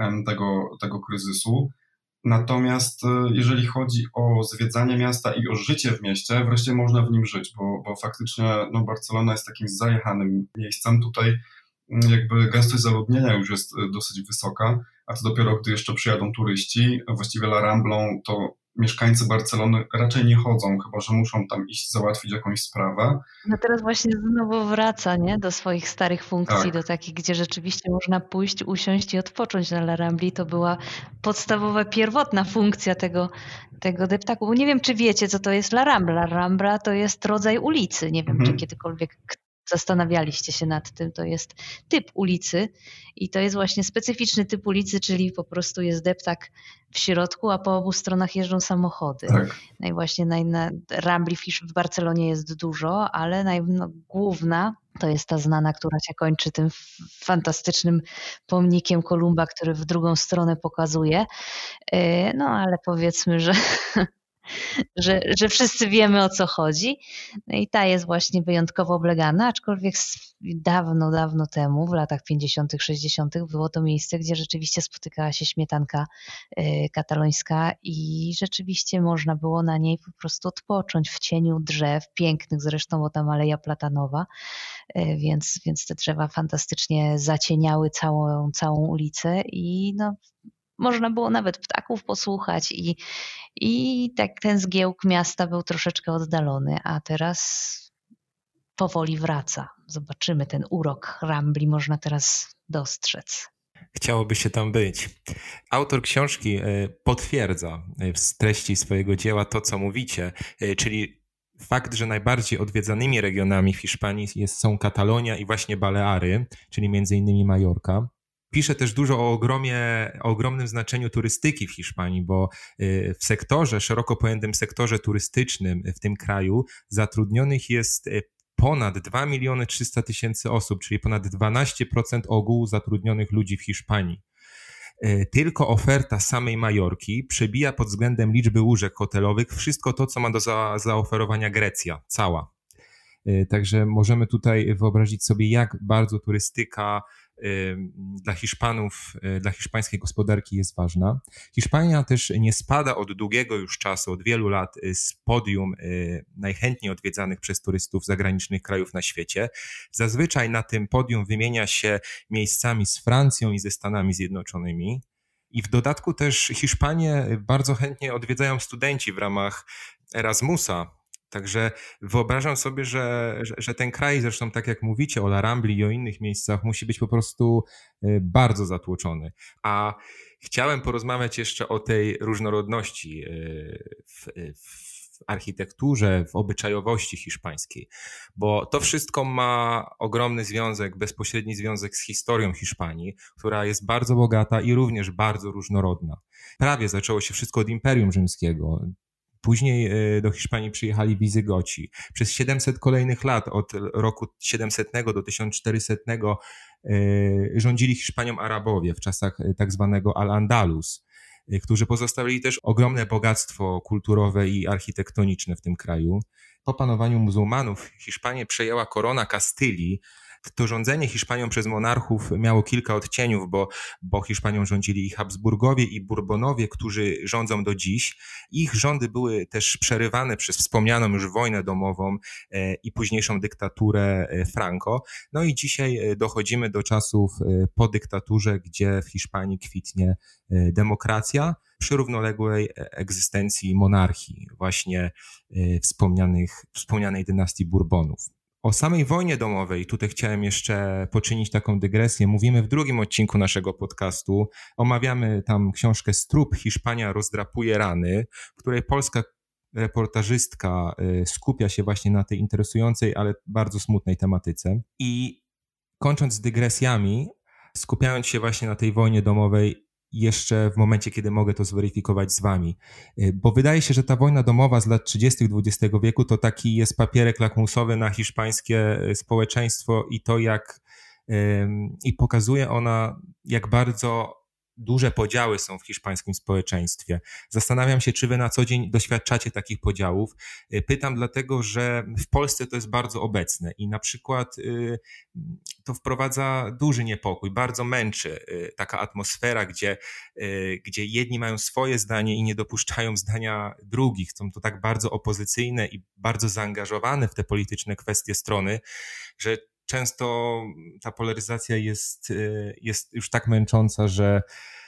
tego kryzysu. Natomiast jeżeli chodzi o zwiedzanie miasta i o życie w mieście, wreszcie można w nim żyć, bo faktycznie Barcelona jest takim zajechanym miejscem. Tutaj jakby gęstość zaludnienia już jest dosyć wysoka, a to dopiero gdy jeszcze przyjadą turyści, właściwie La Ramblą, to mieszkańcy Barcelony raczej nie chodzą, chyba że muszą tam iść załatwić jakąś sprawę. No teraz właśnie znowu wraca, nie? Do swoich starych funkcji, Tak. Do takich, gdzie rzeczywiście można pójść, usiąść i odpocząć na La Rambli. To była podstawowa, pierwotna funkcja tego deptaku. Bo nie wiem, czy wiecie, co to jest La Rambla. La Rambla to jest rodzaj ulicy. Nie wiem, czy kiedykolwiek zastanawialiście się nad tym. To jest typ ulicy i to jest właśnie specyficzny typ ulicy, czyli po prostu jest deptak w środku, a po obu stronach jeżdżą samochody. Tak. No i właśnie na Rambli w Barcelonie jest dużo, ale główna to jest ta znana, która się kończy tym fantastycznym pomnikiem Kolumba, który w drugą stronę pokazuje. No ale powiedzmy, że wszyscy wiemy, o co chodzi. No i ta jest właśnie wyjątkowo oblegana, aczkolwiek dawno temu, w latach 50., 60. było to miejsce, gdzie rzeczywiście spotykała się śmietanka katalońska i rzeczywiście można było na niej po prostu odpocząć w cieniu drzew, pięknych zresztą, bo tam Aleja Platanowa, więc te drzewa fantastycznie zacieniały całą ulicę i można było nawet ptaków posłuchać i tak ten zgiełk miasta był troszeczkę oddalony, a teraz powoli wraca. Zobaczymy, ten urok Rambli można teraz dostrzec. Chciałoby się tam być. Autor książki potwierdza w treści swojego dzieła to, co mówicie, czyli fakt, że najbardziej odwiedzanymi regionami w Hiszpanii są Katalonia i właśnie Baleary, czyli między innymi Majorka. Pisze też dużo o ogromnym znaczeniu turystyki w Hiszpanii, bo w sektorze, szeroko pojętym sektorze turystycznym w tym kraju zatrudnionych jest ponad 2 300 000 osób, czyli ponad 12% ogółu zatrudnionych ludzi w Hiszpanii. Tylko oferta samej Majorki przebija pod względem liczby łóżek hotelowych wszystko to, co ma do zaoferowania Grecja, cała. Także możemy tutaj wyobrazić sobie, jak bardzo turystyka dla Hiszpanów, dla hiszpańskiej gospodarki jest ważna. Hiszpania też nie spada od długiego już czasu, od wielu lat z podium najchętniej odwiedzanych przez turystów zagranicznych krajów na świecie. Zazwyczaj na tym podium wymienia się miejscami z Francją i ze Stanami Zjednoczonymi. I w dodatku też Hiszpanię bardzo chętnie odwiedzają studenci w ramach Erasmusa. Także wyobrażam sobie, że ten kraj, zresztą tak jak mówicie o La Rambli i o innych miejscach, musi być po prostu bardzo zatłoczony. A chciałem porozmawiać jeszcze o tej różnorodności w architekturze, w obyczajowości hiszpańskiej, bo to wszystko ma ogromny związek, bezpośredni związek z historią Hiszpanii, która jest bardzo bogata i również bardzo różnorodna. Prawie zaczęło się wszystko od Imperium Rzymskiego. Później do Hiszpanii przyjechali Wizygoci. Przez 700 kolejnych lat, od roku 700 do 1400 rządzili Hiszpanią Arabowie w czasach tak zwanego Al-Andalus, którzy pozostawili też ogromne bogactwo kulturowe i architektoniczne w tym kraju. Po panowaniu muzułmanów Hiszpanię przejęła korona Kastylii. To rządzenie Hiszpanią przez monarchów miało kilka odcieniów, bo Hiszpanią rządzili i Habsburgowie, i Bourbonowie, którzy rządzą do dziś. Ich rządy były też przerywane przez wspomnianą już wojnę domową i późniejszą dyktaturę Franco. No i dzisiaj dochodzimy do czasów po dyktaturze, gdzie w Hiszpanii kwitnie demokracja przy równoległej egzystencji monarchii, właśnie wspomnianej dynastii Bourbonów. O samej wojnie domowej, tutaj chciałem jeszcze poczynić taką dygresję. Mówimy w drugim odcinku naszego podcastu. Omawiamy tam książkę Strób, Hiszpania rozdrapuje rany, w której polska reportażystka skupia się właśnie na tej interesującej, ale bardzo smutnej tematyce. I kończąc z dygresjami, skupiając się właśnie na tej wojnie domowej, jeszcze w momencie, kiedy mogę to zweryfikować z wami. Bo wydaje się, że ta wojna domowa z lat 30. XX wieku to taki jest papierek lakmusowy na hiszpańskie społeczeństwo i to i pokazuje ona, jak bardzo duże podziały są w hiszpańskim społeczeństwie. Zastanawiam się, czy wy na co dzień doświadczacie takich podziałów. Pytam dlatego, że w Polsce to jest bardzo obecne i na przykład to wprowadza duży niepokój, bardzo męczy taka atmosfera, gdzie jedni mają swoje zdanie i nie dopuszczają zdania drugich. Są to tak bardzo opozycyjne i bardzo zaangażowane w te polityczne kwestie strony, że często ta polaryzacja jest już tak męcząca, że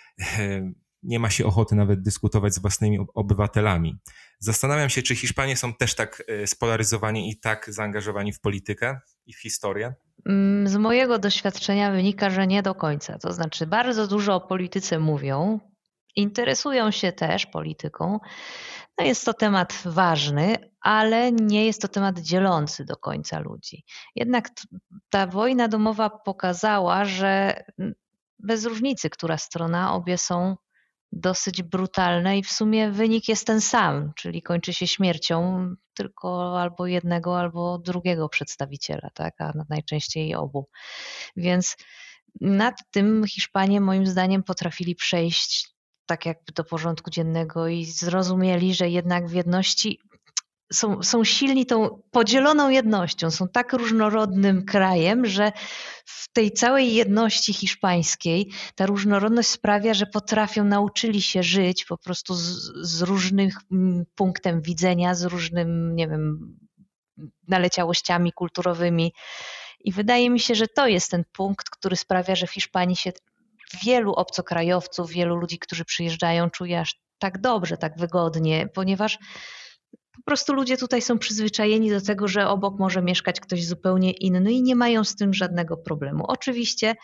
nie ma się ochoty nawet dyskutować z własnymi obywatelami. Zastanawiam się, czy Hiszpanie są też tak spolaryzowani i tak zaangażowani w politykę i w historię? Z mojego doświadczenia wynika, że nie do końca. To znaczy bardzo dużo o polityce mówią, interesują się też polityką. No jest to temat ważny, ale nie jest to temat dzielący do końca ludzi. Jednak ta wojna domowa pokazała, że bez różnicy, która strona, obie są dosyć brutalne i w sumie wynik jest ten sam, czyli kończy się śmiercią tylko albo jednego, albo drugiego przedstawiciela, tak? A najczęściej obu. Więc nad tym Hiszpanie moim zdaniem potrafili przejść tak jakby do porządku dziennego i zrozumieli, że jednak w jedności są silni tą podzieloną jednością, są tak różnorodnym krajem, że w tej całej jedności hiszpańskiej ta różnorodność sprawia, że nauczyli się żyć po prostu z różnym punktem widzenia, z różnym, nie wiem, naleciałościami kulturowymi. I wydaje mi się, że to jest ten punkt, który sprawia, że w Hiszpanii się wielu obcokrajowców, wielu ludzi, którzy przyjeżdżają, czuje aż tak dobrze, tak wygodnie, ponieważ po prostu ludzie tutaj są przyzwyczajeni do tego, że obok może mieszkać ktoś zupełnie inny i nie mają z tym żadnego problemu. Oczywiście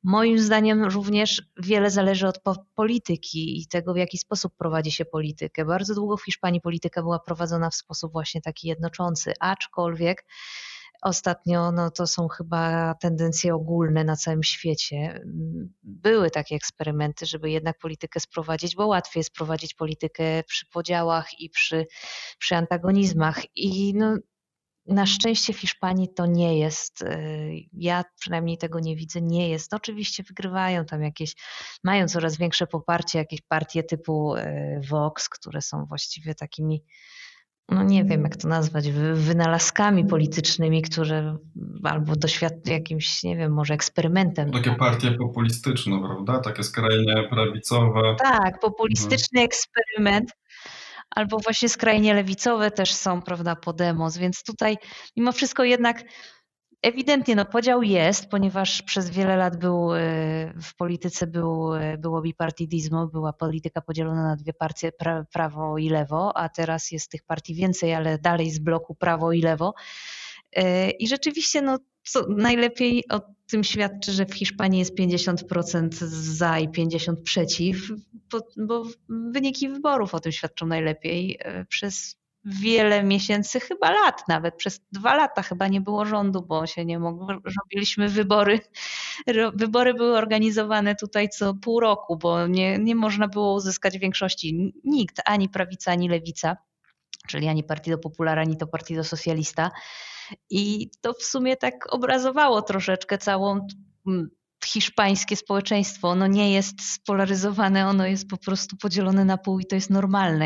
Moim zdaniem również wiele zależy od polityki i tego, w jaki sposób prowadzi się politykę. Bardzo długo w Hiszpanii polityka była prowadzona w sposób właśnie taki jednoczący, aczkolwiek ostatnio to są chyba tendencje ogólne na całym świecie. Były takie eksperymenty, żeby jednak politykę sprowadzić, bo łatwiej jest prowadzić politykę przy podziałach i przy antagonizmach. I na szczęście w Hiszpanii to nie jest, ja przynajmniej tego nie widzę, nie jest. Oczywiście wygrywają tam mają coraz większe poparcie jakieś partie typu Vox, które są właściwie takimi, nie wiem jak to nazwać, wynalazkami politycznymi, które albo jakimś, nie wiem, może eksperymentem. Takie partie populistyczne, prawda? Takie skrajnie prawicowe. Tak, populistyczny eksperyment. Albo właśnie skrajnie lewicowe też są, prawda, Podemos, więc tutaj mimo wszystko jednak ewidentnie podział jest, ponieważ przez wiele lat w polityce było bipartidismo, była polityka podzielona na dwie partie, prawo i lewo, a teraz jest tych partii więcej, ale dalej z bloku prawo i lewo. I rzeczywiście co najlepiej o tym świadczy, że w Hiszpanii jest 50% za i 50% przeciw, bo wyniki wyborów o tym świadczą najlepiej. Przez wiele miesięcy, chyba lat nawet, przez 2 lata chyba nie było rządu, bo się nie mogło, robiliśmy wybory. Wybory były organizowane tutaj co pół roku, bo nie można było uzyskać większości. Nikt, ani prawica, ani lewica, czyli ani Partido Popular, ani to Partido Socialista. I to w sumie tak obrazowało troszeczkę całą hiszpańskie społeczeństwo. Ono nie jest spolaryzowane, ono jest po prostu podzielone na pół i to jest normalne.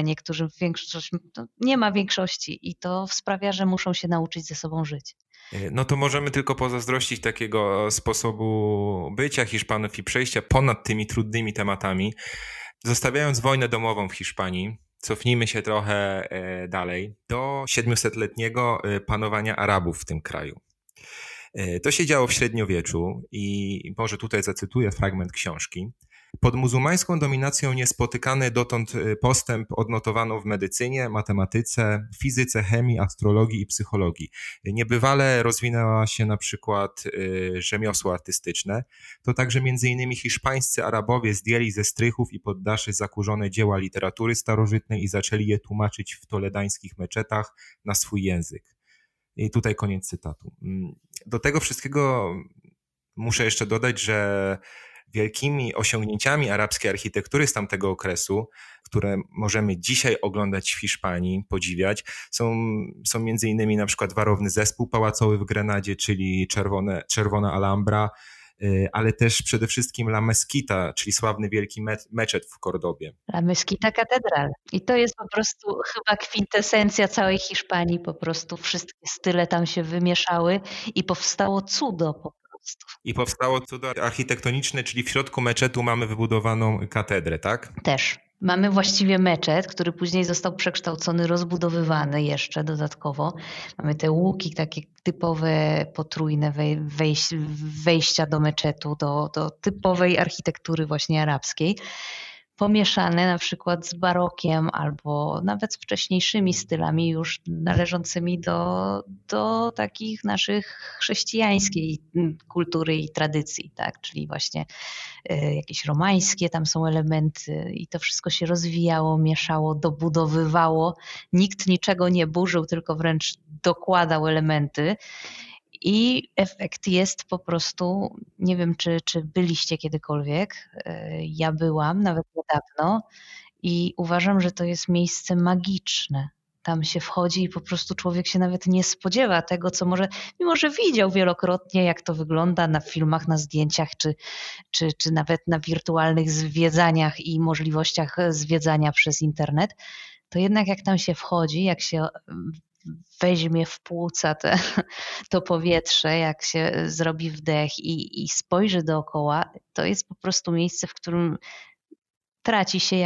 Nie ma większości i to sprawia, że muszą się nauczyć ze sobą żyć. To możemy tylko pozazdrościć takiego sposobu bycia Hiszpanów i przejścia ponad tymi trudnymi tematami. Zostawiając wojnę domową w Hiszpanii, cofnijmy się trochę dalej do 700-letniego panowania Arabów w tym kraju. To się działo w średniowieczu i może tutaj zacytuję fragment książki. Pod muzułmańską dominacją niespotykany dotąd postęp odnotowano w medycynie, matematyce, fizyce, chemii, astrologii i psychologii. Niebywale rozwinęła się na przykład rzemiosło artystyczne. To także m.in. hiszpańscy Arabowie zdjęli ze strychów i poddaszy zakurzone dzieła literatury starożytnej i zaczęli je tłumaczyć w toledańskich meczetach na swój język. I tutaj koniec cytatu. Do tego wszystkiego muszę jeszcze dodać, że wielkimi osiągnięciami arabskiej architektury z tamtego okresu, które możemy dzisiaj oglądać w Hiszpanii, podziwiać, są między innymi na przykład warowny zespół pałacowy w Grenadzie, czyli czerwona Alhambra, ale też przede wszystkim La Mezquita, czyli sławny wielki meczet w Kordobie. La Mezquita Katedral. I to jest po prostu chyba kwintesencja całej Hiszpanii. Po prostu wszystkie style tam się wymieszały i powstało cudo po prostu. I powstało cudo architektoniczne, czyli w środku meczetu mamy wybudowaną katedrę, tak? Też. Mamy właściwie meczet, który później został przekształcony, rozbudowywany jeszcze dodatkowo. Mamy te łuki takie typowe, potrójne wejścia do meczetu, do typowej architektury właśnie arabskiej. Pomieszane na przykład z barokiem albo nawet z wcześniejszymi stylami już należącymi do takich naszych chrześcijańskiej kultury i tradycji, tak? Czyli właśnie jakieś romańskie tam są elementy i to wszystko się rozwijało, mieszało, dobudowywało. Nikt niczego nie burzył, tylko wręcz dokładał elementy. I efekt jest po prostu, nie wiem czy byliście kiedykolwiek, ja byłam nawet niedawno i uważam, że to jest miejsce magiczne. Tam się wchodzi i po prostu człowiek się nawet nie spodziewa tego, co mimo że widział wielokrotnie, jak to wygląda na filmach, na zdjęciach, czy nawet na wirtualnych zwiedzaniach i możliwościach zwiedzania przez internet, to jednak jak tam się wchodzi, jak się weźmie w płuca to powietrze, jak się zrobi wdech i spojrzy dookoła, to jest po prostu miejsce, w którym traci się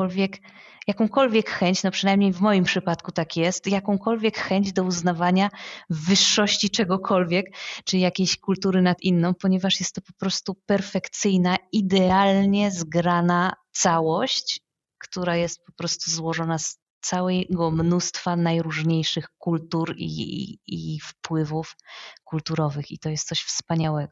jakąkolwiek chęć, przynajmniej w moim przypadku tak jest, jakąkolwiek chęć do uznawania wyższości czegokolwiek, czy jakiejś kultury nad inną, ponieważ jest to po prostu perfekcyjna, idealnie zgrana całość, która jest po prostu złożona z całego mnóstwa najróżniejszych kultur i wpływów kulturowych i to jest coś wspaniałego.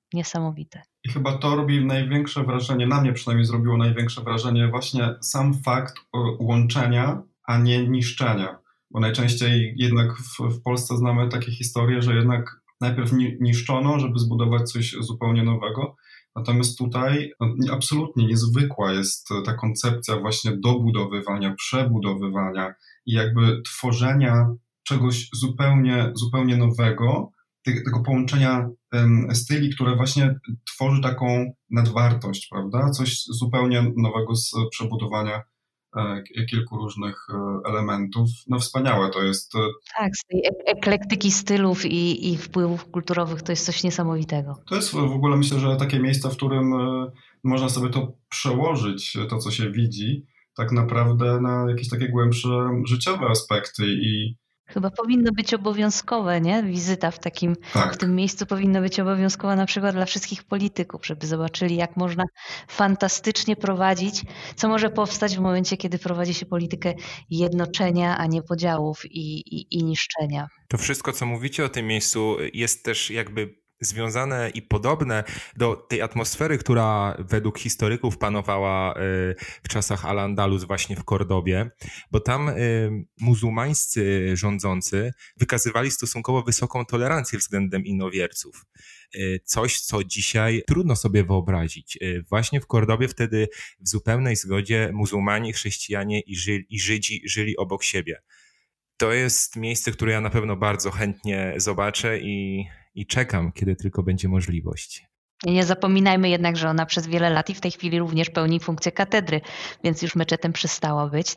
Niesamowite. I chyba to robi największe wrażenie, na mnie przynajmniej zrobiło największe wrażenie właśnie sam fakt łączenia, a nie niszczenia. Bo najczęściej jednak w Polsce znamy takie historie, że jednak najpierw niszczono, żeby zbudować coś zupełnie nowego. Natomiast tutaj absolutnie niezwykła jest ta koncepcja właśnie dobudowywania, przebudowywania i jakby tworzenia czegoś zupełnie nowego, tego połączenia styli, które właśnie tworzy taką nadwartość, prawda? Coś zupełnie nowego z przebudowania kilku różnych elementów. No wspaniałe to jest. Tak, z tej eklektyki stylów i wpływów kulturowych to jest coś niesamowitego. To jest w ogóle, myślę, że takie miejsce, w którym można sobie to przełożyć, to co się widzi, tak naprawdę na jakieś takie głębsze życiowe aspekty i Chyba powinno być obowiązkowe, nie? Wizyta w tym miejscu powinna być obowiązkowa na przykład dla wszystkich polityków, żeby zobaczyli, jak można fantastycznie prowadzić, co może powstać w momencie, kiedy prowadzi się politykę jednoczenia, a nie podziałów i niszczenia. To wszystko, co mówicie o tym miejscu, jest też jakby związane i podobne do tej atmosfery, która według historyków panowała w czasach Al-Andalus właśnie w Kordobie, bo tam muzułmańscy rządzący wykazywali stosunkowo wysoką tolerancję względem innowierców. Coś, co dzisiaj trudno sobie wyobrazić. Właśnie w Kordobie wtedy w zupełnej zgodzie muzułmanie, chrześcijanie i Żydzi żyli obok siebie. To jest miejsce, które ja na pewno bardzo chętnie zobaczę i czekam, kiedy tylko będzie możliwość. Nie zapominajmy jednak, że ona przez wiele lat i w tej chwili również pełni funkcję katedry, więc już meczetem przestała być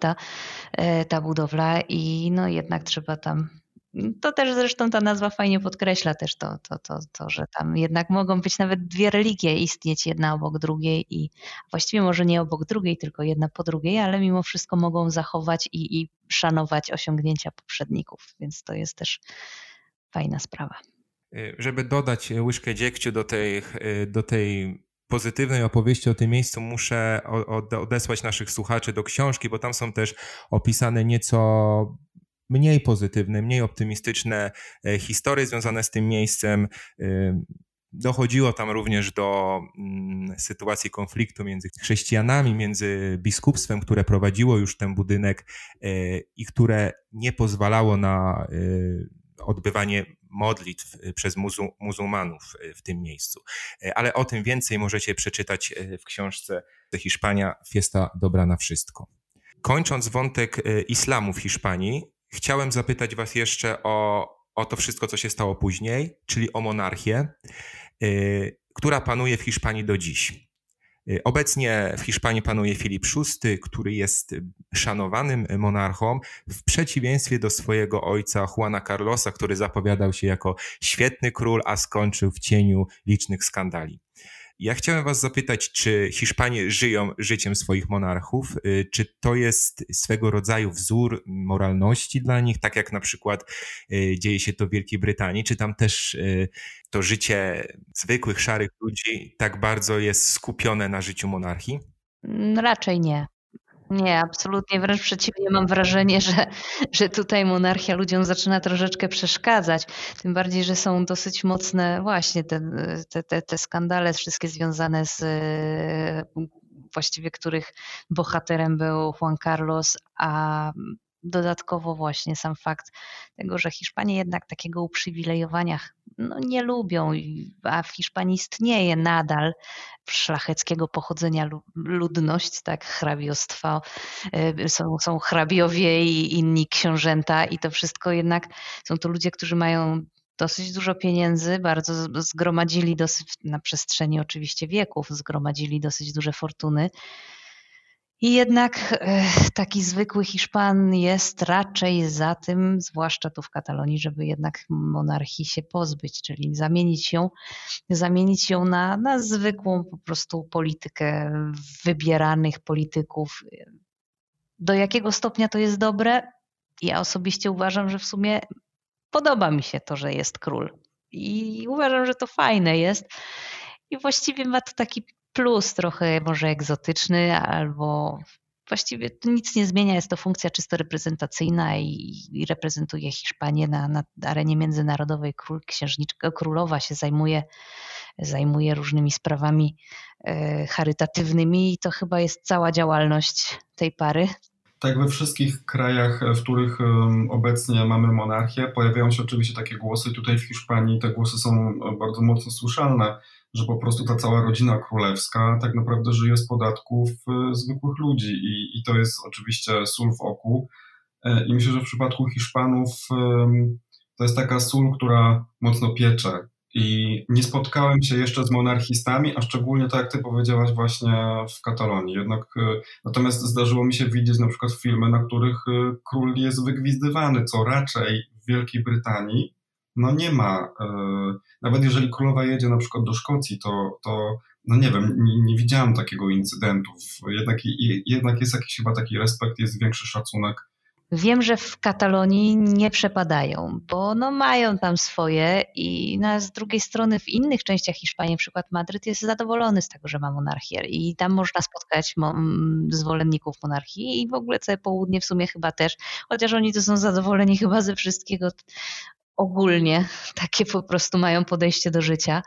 ta budowla i no jednak trzeba tam. To też zresztą ta nazwa fajnie podkreśla też to, że tam jednak mogą być nawet dwie religie istnieć jedna obok drugiej i właściwie może nie obok drugiej, tylko jedna po drugiej, ale mimo wszystko mogą zachować i szanować osiągnięcia poprzedników, więc to jest też fajna sprawa. Żeby dodać łyżkę dziegciu do tej pozytywnej opowieści o tym miejscu, muszę odesłać naszych słuchaczy do książki, bo tam są też opisane nieco mniej pozytywne, mniej optymistyczne historie związane z tym miejscem. Dochodziło tam również do sytuacji konfliktu między chrześcijanami, między biskupstwem, które prowadziło już ten budynek i które nie pozwalało na odbywanie modlitw przez muzułmanów w tym miejscu. Ale o tym więcej możecie przeczytać w książce Hiszpania, Fiesta dobra na wszystko. Kończąc wątek islamu w Hiszpanii, chciałem zapytać was jeszcze o to wszystko, co się stało później, czyli o monarchię, która panuje w Hiszpanii do dziś. Obecnie w Hiszpanii panuje Filip VI, który jest szanowanym monarchą w przeciwieństwie do swojego ojca Juana Carlosa, który zapowiadał się jako świetny król, a skończył w cieniu licznych skandali. Ja chciałem was zapytać, czy Hiszpanie żyją życiem swoich monarchów? Czy to jest swego rodzaju wzór moralności dla nich, tak jak na przykład dzieje się to w Wielkiej Brytanii? Czy tam też to życie zwykłych, szarych ludzi tak bardzo jest skupione na życiu monarchii? Raczej nie. Nie, absolutnie, wręcz przeciwnie, mam wrażenie, że tutaj monarchia ludziom zaczyna troszeczkę przeszkadzać, tym bardziej, że są dosyć mocne właśnie te skandale wszystkie związane z właściwie których bohaterem był Juan Carlos, a dodatkowo właśnie sam fakt tego, że Hiszpanie jednak takiego uprzywilejowania nie lubią, a w Hiszpanii istnieje nadal szlacheckiego pochodzenia ludność, tak, hrabiostwo, są hrabiowie i inni książęta i to wszystko jednak są to ludzie, którzy mają dosyć dużo pieniędzy, bardzo zgromadzili na przestrzeni oczywiście wieków, zgromadzili dosyć duże fortuny. I jednak taki zwykły Hiszpan jest raczej za tym, zwłaszcza tu w Katalonii, żeby jednak monarchii się pozbyć, czyli zamienić ją na zwykłą po prostu politykę wybieranych polityków. Do jakiego stopnia to jest dobre? Ja osobiście uważam, że w sumie podoba mi się to, że jest król. I uważam, że to fajne jest. I właściwie ma to taki plus trochę może egzotyczny, albo właściwie to nic nie zmienia, jest to funkcja czysto reprezentacyjna i reprezentuje Hiszpanię na arenie międzynarodowej. Królowa się zajmuje zajmuje różnymi sprawami charytatywnymi i to chyba jest cała działalność tej pary. Tak, we wszystkich krajach, w których obecnie mamy monarchię, pojawiają się oczywiście takie głosy. Tutaj w Hiszpanii te głosy są bardzo mocno słyszalne, że po prostu ta cała rodzina królewska tak naprawdę żyje z podatków zwykłych ludzi i to jest oczywiście sól w oku. I myślę, że w przypadku Hiszpanów to jest taka sól, która mocno piecze. I nie spotkałem się jeszcze z monarchistami, a szczególnie tak jak ty powiedziałaś właśnie w Katalonii. Natomiast zdarzyło mi się widzieć na przykład filmy, na których król jest wygwizdywany, co raczej w Wielkiej Brytanii nie ma. Nawet jeżeli królowa jedzie na przykład do Szkocji, to nie wiem, nie widziałem takiego incydentu. Jednak jest jakiś chyba taki respekt, jest większy szacunek. Wiem, że w Katalonii nie przepadają, bo mają tam swoje i z drugiej strony w innych częściach Hiszpanii, na przykład Madryt, jest zadowolony z tego, że ma monarchię i tam można spotkać zwolenników monarchii i w ogóle całe południe w sumie chyba też, chociaż oni to są zadowoleni chyba ze wszystkiego ogólnie, takie po prostu mają podejście do życia.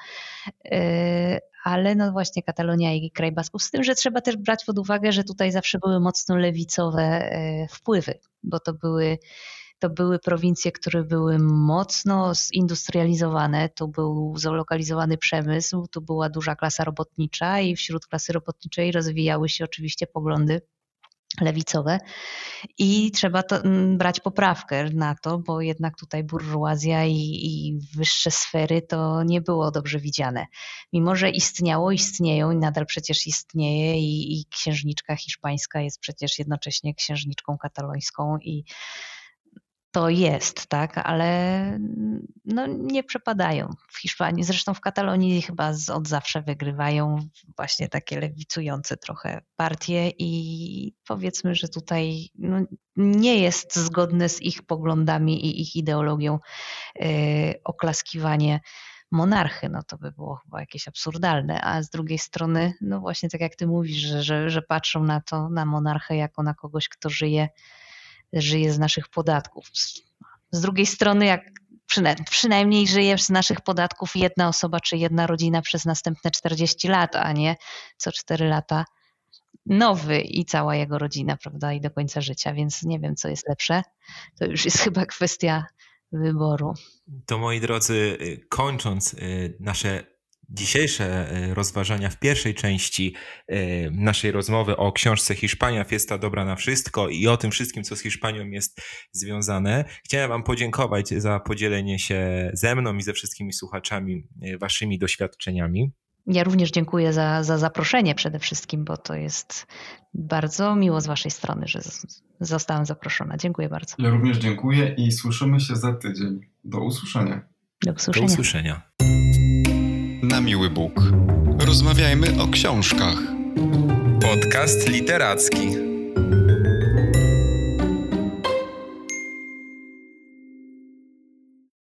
Ale właśnie Katalonia i kraj Basków, z tym, że trzeba też brać pod uwagę, że tutaj zawsze były mocno lewicowe wpływy, bo to były prowincje, które były mocno zindustrializowane, tu był zlokalizowany przemysł, tu była duża klasa robotnicza i wśród klasy robotniczej rozwijały się oczywiście poglądy lewicowe i trzeba brać poprawkę na to, bo jednak tutaj burżuazja i wyższe sfery to nie było dobrze widziane. Mimo że istnieją i nadal przecież istnieje i księżniczka hiszpańska jest przecież jednocześnie księżniczką katalońską i to jest, tak, ale nie przepadają w Hiszpanii. Zresztą w Katalonii chyba od zawsze wygrywają właśnie takie lewicujące trochę partie i powiedzmy, że tutaj nie jest zgodne z ich poglądami i ich ideologią oklaskiwanie monarchy, to by było chyba jakieś absurdalne, a z drugiej strony, właśnie tak jak ty mówisz, że patrzą na monarchę jako na kogoś, kto żyje z naszych podatków. Z drugiej strony, jak przynajmniej żyje z naszych podatków jedna osoba czy jedna rodzina przez następne 40 lat, a nie co 4 lata nowy i cała jego rodzina, prawda, i do końca życia, więc nie wiem, co jest lepsze. To już jest chyba kwestia wyboru. To moi drodzy, kończąc nasze dzisiejsze rozważania w pierwszej części naszej rozmowy o książce Hiszpania, Fiesta dobra na wszystko i o tym wszystkim, co z Hiszpanią jest związane, chciałem wam podziękować za podzielenie się ze mną i ze wszystkimi słuchaczami waszymi doświadczeniami. Ja również dziękuję za zaproszenie przede wszystkim, bo to jest bardzo miło z waszej strony, że zostałam zaproszona. Dziękuję bardzo. Ja również dziękuję i słyszymy się za tydzień. Do usłyszenia. Do usłyszenia. Do usłyszenia. Na miły Bóg. Rozmawiajmy o książkach. Podcast literacki.